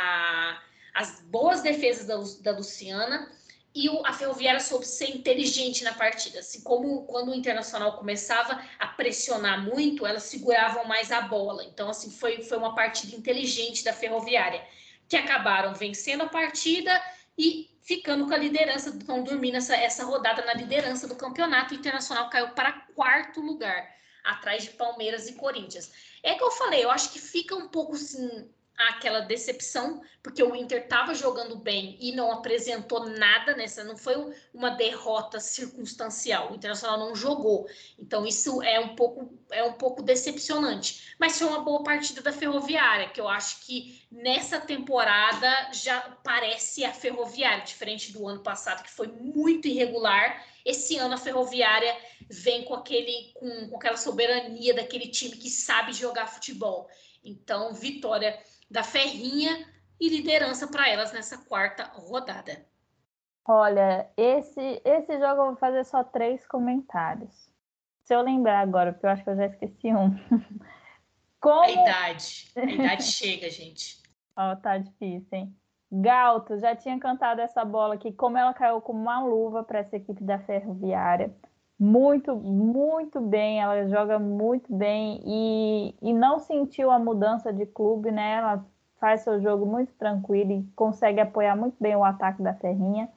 A, as boas defesas da, da Luciana e o, a Ferroviária soube ser inteligente na partida. Assim como quando o Internacional começava a pressionar muito, elas seguravam mais a bola. Então, assim, foi, foi uma partida inteligente da Ferroviária, que acabaram vencendo a partida e ficando com a liderança, estão dormindo essa, essa rodada na liderança do campeonato. O Internacional caiu para quarto lugar, atrás de Palmeiras e Corinthians. É que eu falei, eu acho que fica um pouco assim... aquela decepção, porque o Inter estava jogando bem e não apresentou nada nessa, não foi uma derrota circunstancial, o Internacional não jogou, então isso é um pouco, é um pouco decepcionante, mas foi uma boa partida da Ferroviária, que eu acho que nessa temporada já parece a Ferroviária, diferente do ano passado, que foi muito irregular. Esse ano a Ferroviária vem com, aquele, com, com aquela soberania daquele time que sabe jogar futebol. Então, vitória da Ferrinha e liderança para elas nessa quarta rodada. Olha, esse, esse jogo eu vou fazer só três comentários. Se eu lembrar agora, porque eu acho que eu já esqueci um. Como... A idade. A idade chega, gente. Ó, oh, tá difícil, hein? Galto já tinha cantado essa bola aqui, como ela caiu como uma luva para essa equipe da Ferroviária. Muito, muito bem, ela joga muito bem e, e não sentiu a mudança de clube, né? Ela faz seu jogo muito tranquilo e consegue apoiar muito bem o ataque da Ferrinha.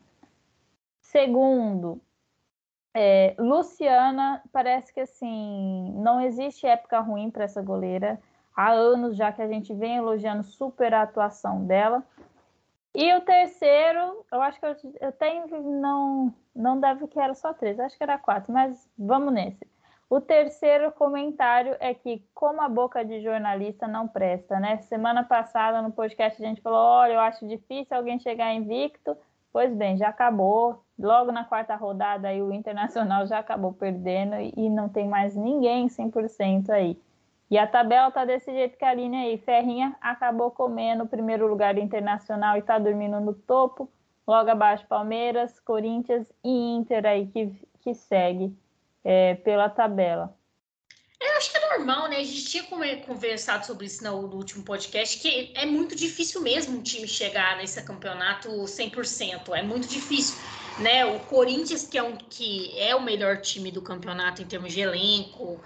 Segundo, é, Luciana, parece que assim, não existe época ruim para essa goleira. Há anos já que a gente vem elogiando super a atuação dela. E o terceiro, eu acho que eu, eu tenho, não, não deve que era só três, acho que era quatro, mas vamos nesse. O terceiro comentário é que, como a boca de jornalista não presta, né? Semana passada no podcast a gente falou, olha, eu acho difícil alguém chegar invicto. Pois bem, já acabou. Logo na quarta rodada aí o Internacional já acabou perdendo e não tem mais ninguém cem por cento aí. E a tabela tá desse jeito que a linha aí. Ferrinha acabou comendo o primeiro lugar do Internacional e tá dormindo no topo. Logo abaixo, Palmeiras, Corinthians e Inter aí que, que segue é, pela tabela. Eu acho que é normal, né? A gente tinha conversado sobre isso no, no último podcast, que é muito difícil mesmo um time chegar nesse campeonato cem por cento. É muito difícil, né? O Corinthians, que é, um, que é o melhor time do campeonato em termos de elenco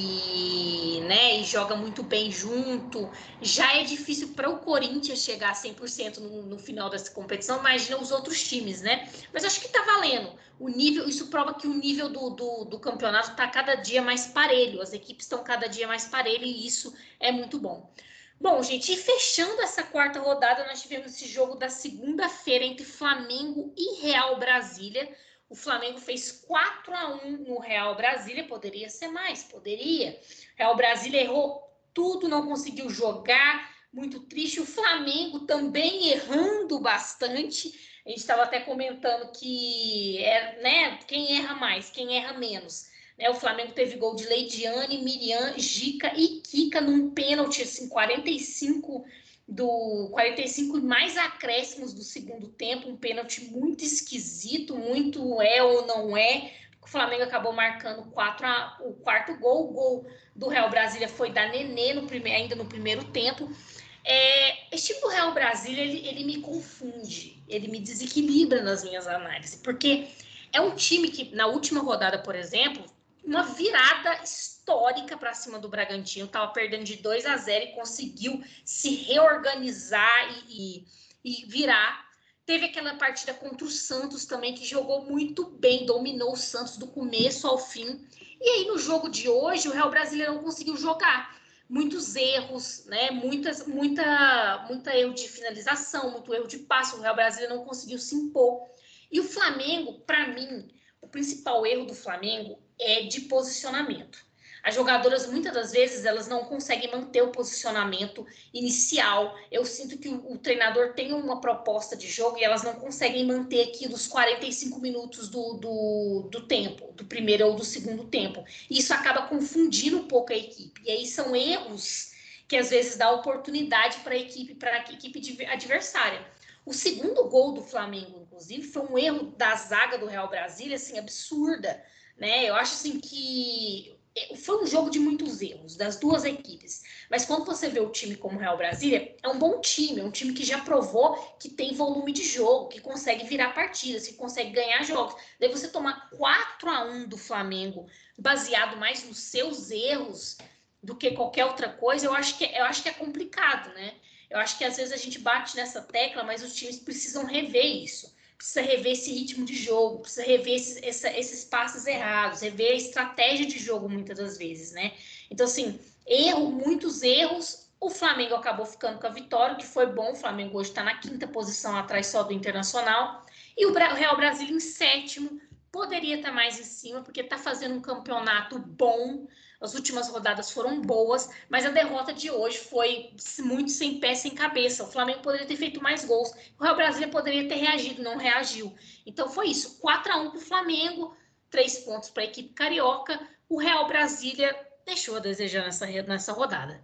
e, né, e joga muito bem junto, já é difícil para o Corinthians chegar a cem por cento no, no final dessa competição. Imagina os outros times, né? Mas acho que tá valendo. O nível, isso prova que o nível do, do, do campeonato está cada dia mais parelho. As equipes estão cada dia mais parelho e isso é muito bom. Bom, gente, e fechando essa quarta rodada, nós tivemos esse jogo da segunda-feira entre Flamengo e Real Brasília. O Flamengo fez quatro a um no Real Brasília, poderia ser mais, poderia. O Real Brasília errou tudo, não conseguiu jogar, muito triste. O Flamengo também errando bastante. A gente estava até comentando que é, né, quem erra mais, quem erra menos. Né? O Flamengo teve gol de Leidiane, Miriam, Gica e Kika num pênalti, assim, quarenta e cinco do quarenta e cinco mais acréscimos do segundo tempo, um pênalti muito esquisito, muito é ou não é. O Flamengo acabou marcando quatro a, o quarto gol. O gol do Real Brasília foi da Nenê no prime, ainda no primeiro tempo. É, esse time do Real Brasília, ele, ele me confunde, ele me desequilibra nas minhas análises, porque é um time que, na última rodada, por exemplo, uma virada histórica para cima do Bragantino, estava perdendo de dois a zero e conseguiu se reorganizar e, e, e virar. Teve aquela partida contra o Santos também, que jogou muito bem, dominou o Santos do começo ao fim. E aí, no jogo de hoje, o Real Brasília não conseguiu jogar. Muitos erros, né? Muitas, muita, muita erro de finalização, muito erro de passe. O Real Brasília não conseguiu se impor. E o Flamengo, para mim, o principal erro do Flamengo é de posicionamento. As jogadoras, muitas das vezes, elas não conseguem manter o posicionamento inicial. Eu sinto que o, o treinador tem uma proposta de jogo e elas não conseguem manter aqui dos quarenta e cinco minutos do, do, do tempo, do primeiro ou do segundo tempo. E isso acaba confundindo um pouco a equipe. E aí são erros que, às vezes, dá oportunidade para a equipe, para a equipe adversária. O segundo gol do Flamengo, inclusive, foi um erro da zaga do Real Brasília, assim, absurda, né? Eu acho, assim, que foi um jogo de muitos erros, das duas equipes. Mas quando você vê o time como o Real Brasília, é um bom time, é um time que já provou que tem volume de jogo, que consegue virar partidas, que consegue ganhar jogos. Daí você tomar quatro a um do Flamengo, baseado mais nos seus erros do que qualquer outra coisa, eu acho que, eu acho que é complicado, né? Eu acho que às vezes a gente bate nessa tecla, mas os times precisam rever isso. Precisa rever esse ritmo de jogo, precisa rever esses, essa, esses passes errados, rever a estratégia de jogo muitas das vezes, né? Então, assim, erro, muitos erros. O Flamengo acabou ficando com a vitória, o que foi bom. O Flamengo hoje está na quinta posição, atrás só do Internacional. E o Real Brasília em sétimo. Poderia estar mais em cima, porque está fazendo um campeonato bom. As últimas rodadas foram boas, mas a derrota de hoje foi muito sem pé, sem cabeça. O Flamengo poderia ter feito mais gols. O Real Brasília poderia ter reagido, não reagiu. Então foi isso, quatro a um para o Flamengo, três pontos para a equipe carioca. O Real Brasília deixou a desejar nessa, nessa rodada.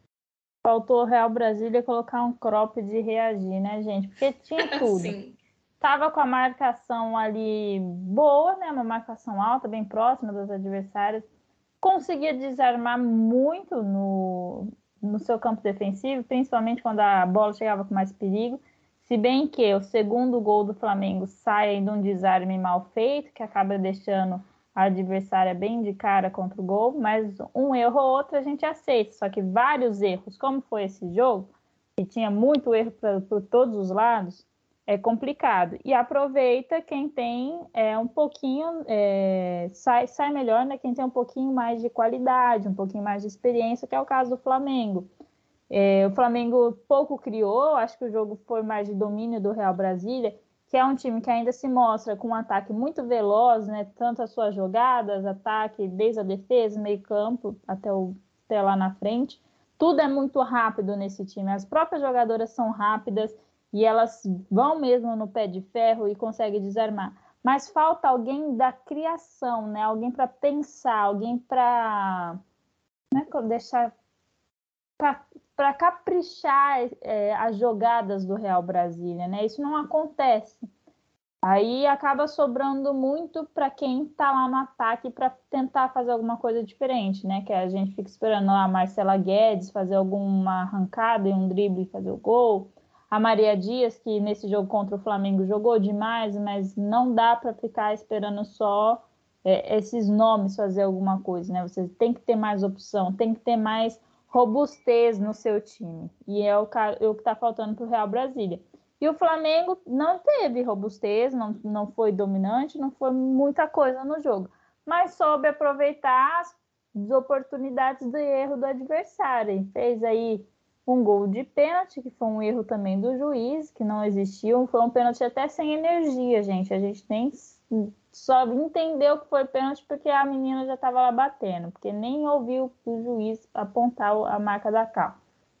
Faltou o Real Brasília colocar um crop de reagir, né, gente? Porque tinha tudo. Sim. Tava com a marcação ali boa, né? Uma marcação alta, bem próxima dos adversários. Conseguia desarmar muito no, no seu campo defensivo, principalmente quando a bola chegava com mais perigo. Se bem que o segundo gol do Flamengo sai de um desarme mal feito, que acaba deixando a adversária bem de cara contra o gol, mas um erro ou outro a gente aceita. Só que vários erros, como foi esse jogo, que tinha muito erro por todos os lados, é complicado. E aproveita quem tem é, um pouquinho, é, sai, sai melhor, né? Quem tem um pouquinho mais de qualidade, um pouquinho mais de experiência, que é o caso do Flamengo. É, o Flamengo pouco criou, acho que o jogo foi mais de domínio do Real Brasília, que é um time que ainda se mostra com um ataque muito veloz, né? Tanto as suas jogadas, ataque, desde a defesa, meio campo, até, o, até lá na frente. Tudo é muito rápido nesse time. As próprias jogadoras são rápidas, e elas vão mesmo no pé de ferro e conseguem desarmar. Mas falta alguém da criação, né? Alguém para pensar, alguém para, né, deixar para caprichar é, as jogadas do Real Brasília, né? Isso não acontece. Aí acaba sobrando muito para quem está lá no ataque para tentar fazer alguma coisa diferente, né? Que a gente fica esperando a Marcela Guedes fazer alguma arrancada e um drible e fazer o gol. A Maria Dias, que nesse jogo contra o Flamengo jogou demais, mas não dá para ficar esperando só é, esses nomes fazer alguma coisa, né? Você tem que ter mais opção, tem que ter mais robustez no seu time. E é o, é o que está faltando para o Real Brasília. E o Flamengo não teve robustez, não, não foi dominante, não foi muita coisa no jogo, mas soube aproveitar as oportunidades de erro do adversário. Fez aí um gol de pênalti, que foi um erro também do juiz, que não existiu. Foi um pênalti até sem energia, gente. A gente nem só entendeu que foi pênalti porque a menina já estava lá batendo, porque nem ouviu o juiz apontar a marca da cal.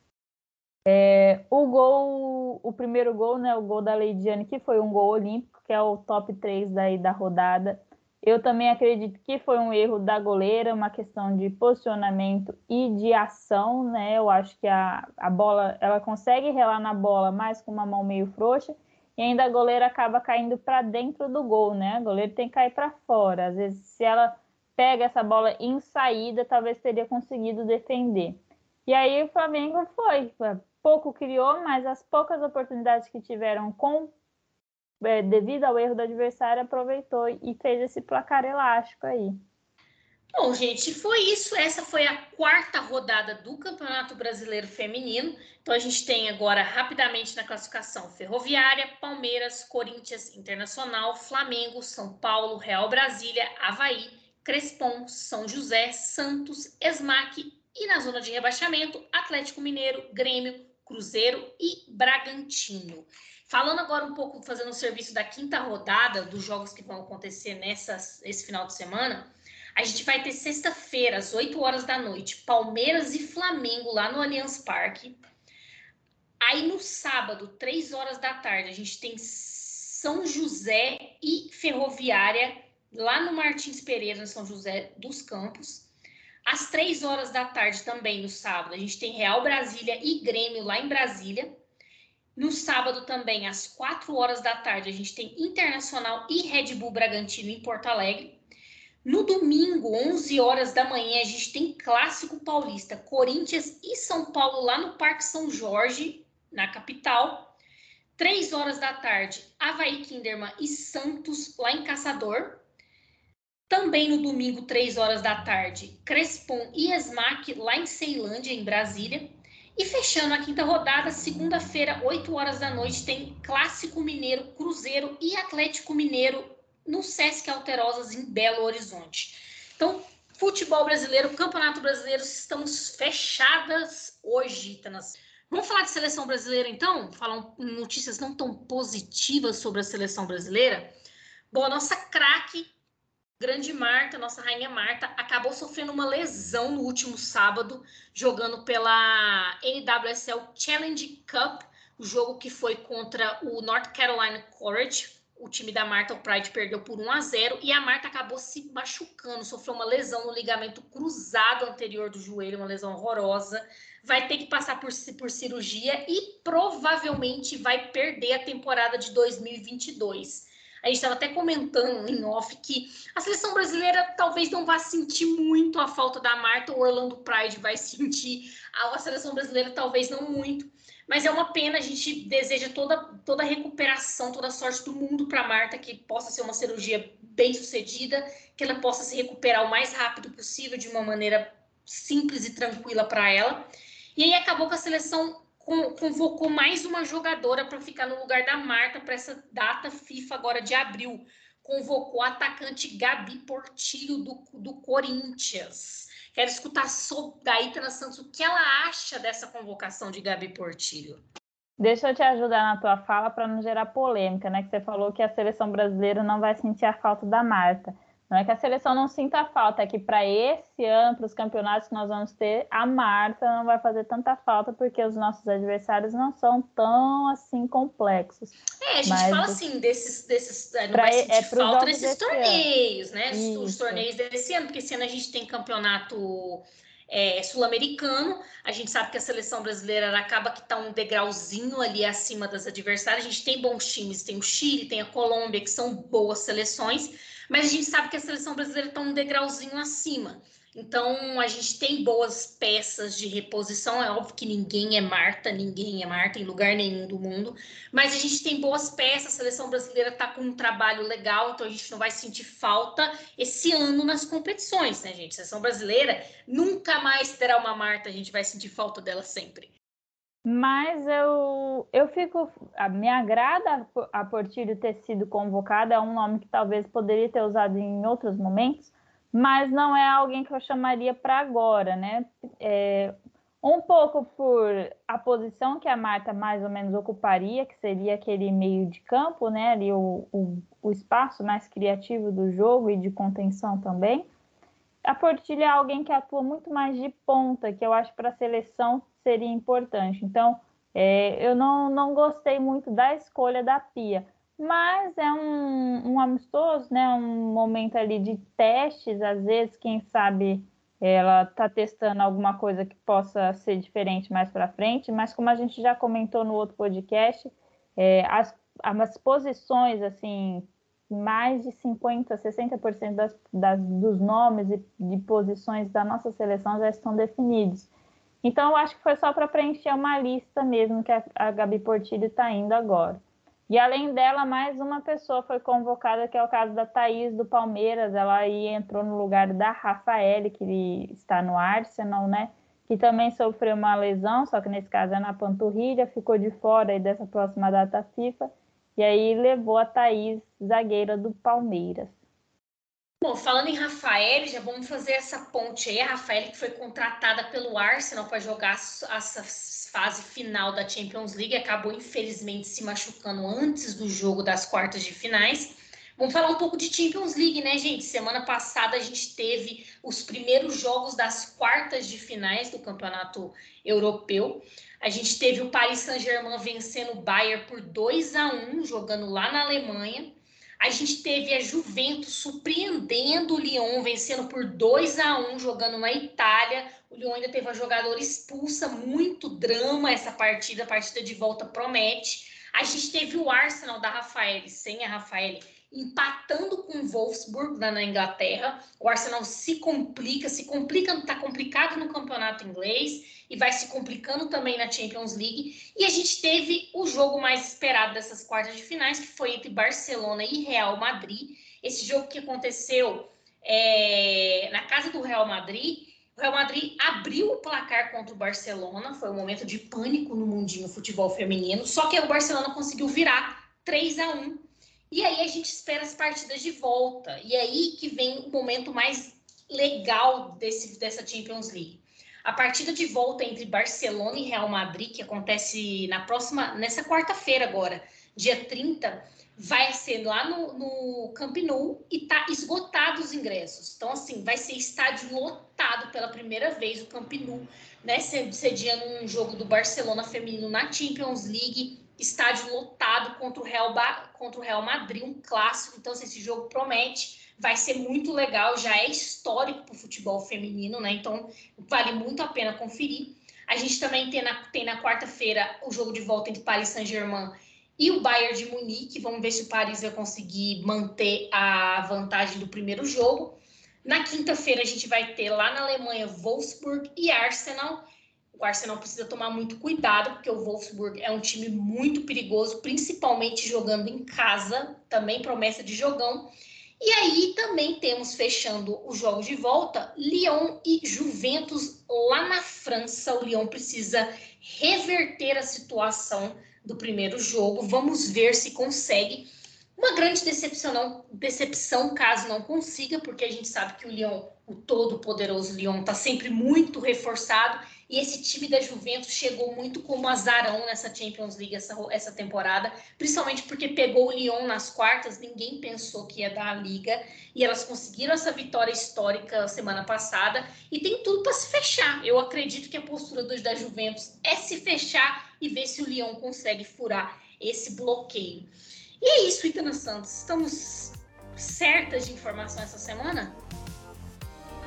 É, o gol, o primeiro gol, né, o gol da Leidiane, que foi um gol olímpico, que é o top três daí da rodada. Eu também acredito que foi um erro da goleira, uma questão de posicionamento e de ação, né? Eu acho que a, a bola, ela consegue relar na bola, mas com uma mão meio frouxa, e ainda a goleira acaba caindo para dentro do gol, né? A goleira tem que cair para fora. Às vezes, se ela pega essa bola em saída, talvez teria conseguido defender. E aí o Flamengo foi, pouco criou, mas as poucas oportunidades que tiveram com é, devido ao erro do adversário, aproveitou e fez esse placar elástico aí. Bom, gente, foi isso. Essa foi a quarta rodada do Campeonato Brasileiro Feminino. Então a gente tem agora, rapidamente na classificação, Ferroviária, Palmeiras, Corinthians, Internacional, Flamengo, São Paulo, Real Brasília, Avaí, Crespon, São José, Santos, Esmaque e na zona de rebaixamento, Atlético Mineiro, Grêmio, Cruzeiro e Bragantino. Falando agora um pouco, fazendo o serviço da quinta rodada dos jogos que vão acontecer nessa, esse final de semana, a gente vai ter sexta-feira, às oito horas da noite, Palmeiras e Flamengo lá no Allianz Parque. Aí no sábado, três horas da tarde, a gente tem São José e Ferroviária lá no Martins Pereira, em São José dos Campos. Às três horas da tarde também, no sábado, a gente tem Real Brasília e Grêmio lá em Brasília. No sábado também, às quatro horas da tarde, a gente tem Internacional e Red Bull Bragantino em Porto Alegre. No domingo, onze horas da manhã, a gente tem Clássico Paulista, Corinthians e São Paulo lá no Parque São Jorge, na capital. três horas da tarde, Avaí Kinderman e Santos lá em Caçador. Também no domingo, três horas da tarde, Crespon e Esmaque lá em Ceilândia, em Brasília. E fechando a quinta rodada, segunda-feira, oito horas da noite, tem Clássico Mineiro, Cruzeiro e Atlético Mineiro no Sesc Alterosas, em Belo Horizonte. Então, futebol brasileiro, Campeonato Brasileiro, estamos fechadas hoje, Tanas. Vamos falar de seleção brasileira, então? Falar notícias não tão positivas sobre a seleção brasileira? Bom, a nossa craque, grande Marta, nossa rainha Marta, acabou sofrendo uma lesão no último sábado, jogando pela N W S L Challenge Cup, o jogo que foi contra o North Carolina Courage. O time da Marta, o Pride, perdeu por um a zero e a Marta acabou se machucando, sofreu uma lesão no ligamento cruzado anterior do joelho, uma lesão horrorosa. Vai ter que passar por, por cirurgia e provavelmente vai perder a temporada de dois mil e vinte e dois. A gente estava até comentando em off que a seleção brasileira talvez não vá sentir muito a falta da Marta, o Orlando Pride vai sentir, a seleção brasileira talvez não muito. Mas é uma pena, a gente deseja toda, toda a recuperação, toda a sorte do mundo para a Marta, que possa ser uma cirurgia bem sucedida, que ela possa se recuperar o mais rápido possível, de uma maneira simples e tranquila para ela. E aí acabou que a seleção convocou mais uma jogadora para ficar no lugar da Marta para essa data FIFA agora de abril. Convocou a atacante Gabi Portillo do, do Corinthians. Quero escutar sobre da Ítana Santos o que ela acha dessa convocação de Gabi Portillo. Deixa eu te ajudar na tua fala para não gerar polêmica, né? Que você falou que a seleção brasileira não vai sentir a falta da Marta. Não é que a seleção não sinta falta, é que para esse ano, para os campeonatos que nós vamos ter, a Marta não vai fazer tanta falta, porque os nossos adversários não são tão assim complexos. É, a gente Mas, fala assim desses, desses não pra, vai sentir é falta nesses torneios, ano. né? Isso. Os torneios desse ano, porque esse ano a gente tem campeonato é, sul-americano. A gente sabe que a seleção brasileira acaba que está um degrauzinho ali acima das adversárias. A gente tem bons times, tem o Chile, tem a Colômbia, que são boas seleções, mas a gente sabe que a seleção brasileira está um degrauzinho acima. Então, a gente tem boas peças de reposição. É óbvio que ninguém é Marta, ninguém é Marta em lugar nenhum do mundo. Mas a gente tem boas peças. A seleção brasileira está com um trabalho legal. Então, a gente não vai sentir falta esse ano nas competições, né, gente? A seleção brasileira nunca mais terá uma Marta. A gente vai sentir falta dela sempre. Mas eu, eu fico... Me agrada a Portillo ter sido convocada. É um nome que talvez poderia ter usado em outros momentos. Mas não é alguém que eu chamaria para agora, né? É, um pouco por a posição que a Marta mais ou menos ocuparia, que seria aquele meio de campo, né? Ali o, o, o espaço mais criativo do jogo e de contenção também. A Portillo é alguém que atua muito mais de ponta, que eu acho para a seleção seria importante. Então, é, eu não, não gostei muito da escolha da Pia. Mas é um, um amistoso, né? Um momento ali de testes, às vezes, quem sabe ela está testando alguma coisa que possa ser diferente mais para frente, mas como a gente já comentou no outro podcast, é, as, as posições, assim, mais de cinquenta, sessenta por cento das, das, dos nomes e de posições da nossa seleção já estão definidos. Então, eu acho que foi só para preencher uma lista mesmo que a, a Gabi Portillo está indo agora. E além dela, mais uma pessoa foi convocada, que é o caso da Thaís, do Palmeiras. Ela aí entrou no lugar da Rafaele, que está no Arsenal, né? Que também sofreu uma lesão, só que nesse caso é na panturrilha, ficou de fora aí dessa próxima data FIFA. E aí levou a Thaís, zagueira do Palmeiras. Bom, falando em Rafaele, já vamos fazer essa ponte aí. A Rafaele que foi contratada pelo Arsenal para jogar essa fase final da Champions League, acabou infelizmente se machucando antes do jogo das quartas de finais. Vamos falar um pouco de Champions League, né, gente? Semana passada a gente teve os primeiros jogos das quartas de finais do Campeonato Europeu. A gente teve o Paris Saint-Germain vencendo o Bayern por dois a um, jogando lá na Alemanha. A gente teve a Juventus surpreendendo o Lyon, vencendo por dois a um, jogando na Itália. O Lyon ainda teve uma jogadora expulsa, muito drama essa partida, a partida de volta promete. A gente teve o Arsenal da Rafaele, sem a Rafaele, empatando com o Wolfsburg lá na Inglaterra. O Arsenal se complica, se complica, está complicado no campeonato inglês e vai se complicando também na Champions League. E a gente teve o jogo mais esperado dessas quartas de finais, que foi entre Barcelona e Real Madrid. Esse jogo que aconteceu é, na casa do Real Madrid. O Real Madrid abriu o placar contra o Barcelona, foi um momento de pânico no mundinho futebol feminino, só que o Barcelona conseguiu virar três a um. E aí a gente espera as partidas de volta. E aí que vem o momento mais legal desse, dessa Champions League. A partida de volta entre Barcelona e Real Madrid, que acontece na próxima, nessa quarta-feira agora, dia trinta, vai ser lá no, no Camp Nou e tá esgotado os ingressos. Então, assim, vai ser estádio lotado pela primeira vez o Camp Nou, né, sediando um jogo do Barcelona feminino na Champions League, estádio lotado contra o Real, contra o Real Madrid, um clássico. Então, assim, esse jogo promete. Vai ser muito legal, já é histórico para o futebol feminino, né? Então, vale muito a pena conferir. A gente também tem na, tem na quarta-feira o jogo de volta entre Paris Saint-Germain e o Bayern de Munique. Vamos ver se o Paris vai conseguir manter a vantagem do primeiro jogo. Na quinta-feira, a gente vai ter lá na Alemanha Wolfsburg e Arsenal. O Arsenal precisa tomar muito cuidado, porque o Wolfsburg é um time muito perigoso, principalmente jogando em casa, também promessa de jogão. E aí também temos, fechando os jogos de volta, Lyon e Juventus lá na França. O Lyon precisa reverter a situação do primeiro jogo. Vamos ver se consegue. Uma grande decepção, não, decepção caso não consiga, porque a gente sabe que o Lyon, o todo-poderoso Lyon, está sempre muito reforçado. E esse time da Juventus chegou muito como azarão nessa Champions League essa, essa temporada, principalmente porque pegou o Lyon nas quartas, ninguém pensou que ia dar a Liga, e elas conseguiram essa vitória histórica semana passada, e tem tudo para se fechar. Eu acredito que a postura dos da Juventus é se fechar e ver se o Lyon consegue furar esse bloqueio. E é isso, Itana Santos. Estamos certas de informação essa semana?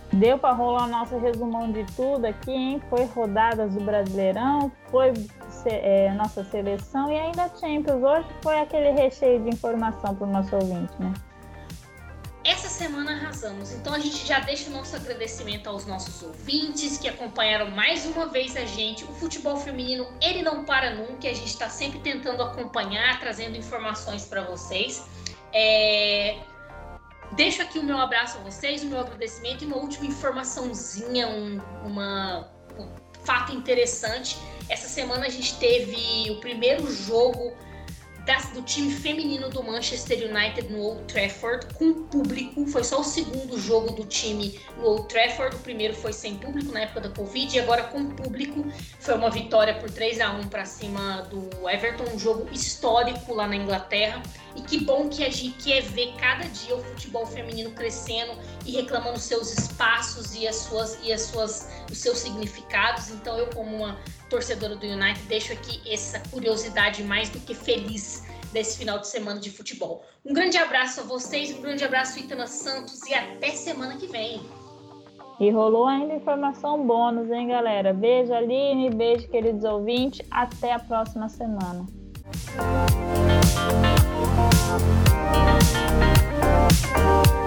Deu para rolar nosso resumão de tudo aqui, hein? Foi rodadas do Brasileirão, foi é, nossa seleção e ainda Champions. Hoje foi aquele recheio de informação para o nosso ouvinte, né? Essa semana arrasamos, então a gente já deixa o nosso agradecimento aos nossos ouvintes que acompanharam mais uma vez a gente. O futebol feminino, ele não para nunca, a gente está sempre tentando acompanhar, trazendo informações para vocês. É... Deixo aqui o meu abraço a vocês, o meu agradecimento e uma última informaçãozinha, um, uma, um fato interessante. Essa semana a gente teve o primeiro jogo do time feminino do Manchester United no Old Trafford com público. Foi só o segundo jogo do time no Old Trafford. O primeiro foi sem público na época da Covid e agora com público. Foi uma vitória por três a um para cima do Everton, um jogo histórico lá na Inglaterra. E que bom que a gente quer ver cada dia o futebol feminino crescendo e reclamando seus espaços e as suas e as suas os seus significados. Então eu, como uma torcedora do United, deixo aqui essa curiosidade mais do que feliz desse final de semana de futebol. Um grande abraço a vocês, um grande abraço Ítana Santos e até semana que vem. E rolou ainda informação bônus, hein, galera? Beijo, Aline, beijo, queridos ouvintes. Até a próxima semana. Thank you.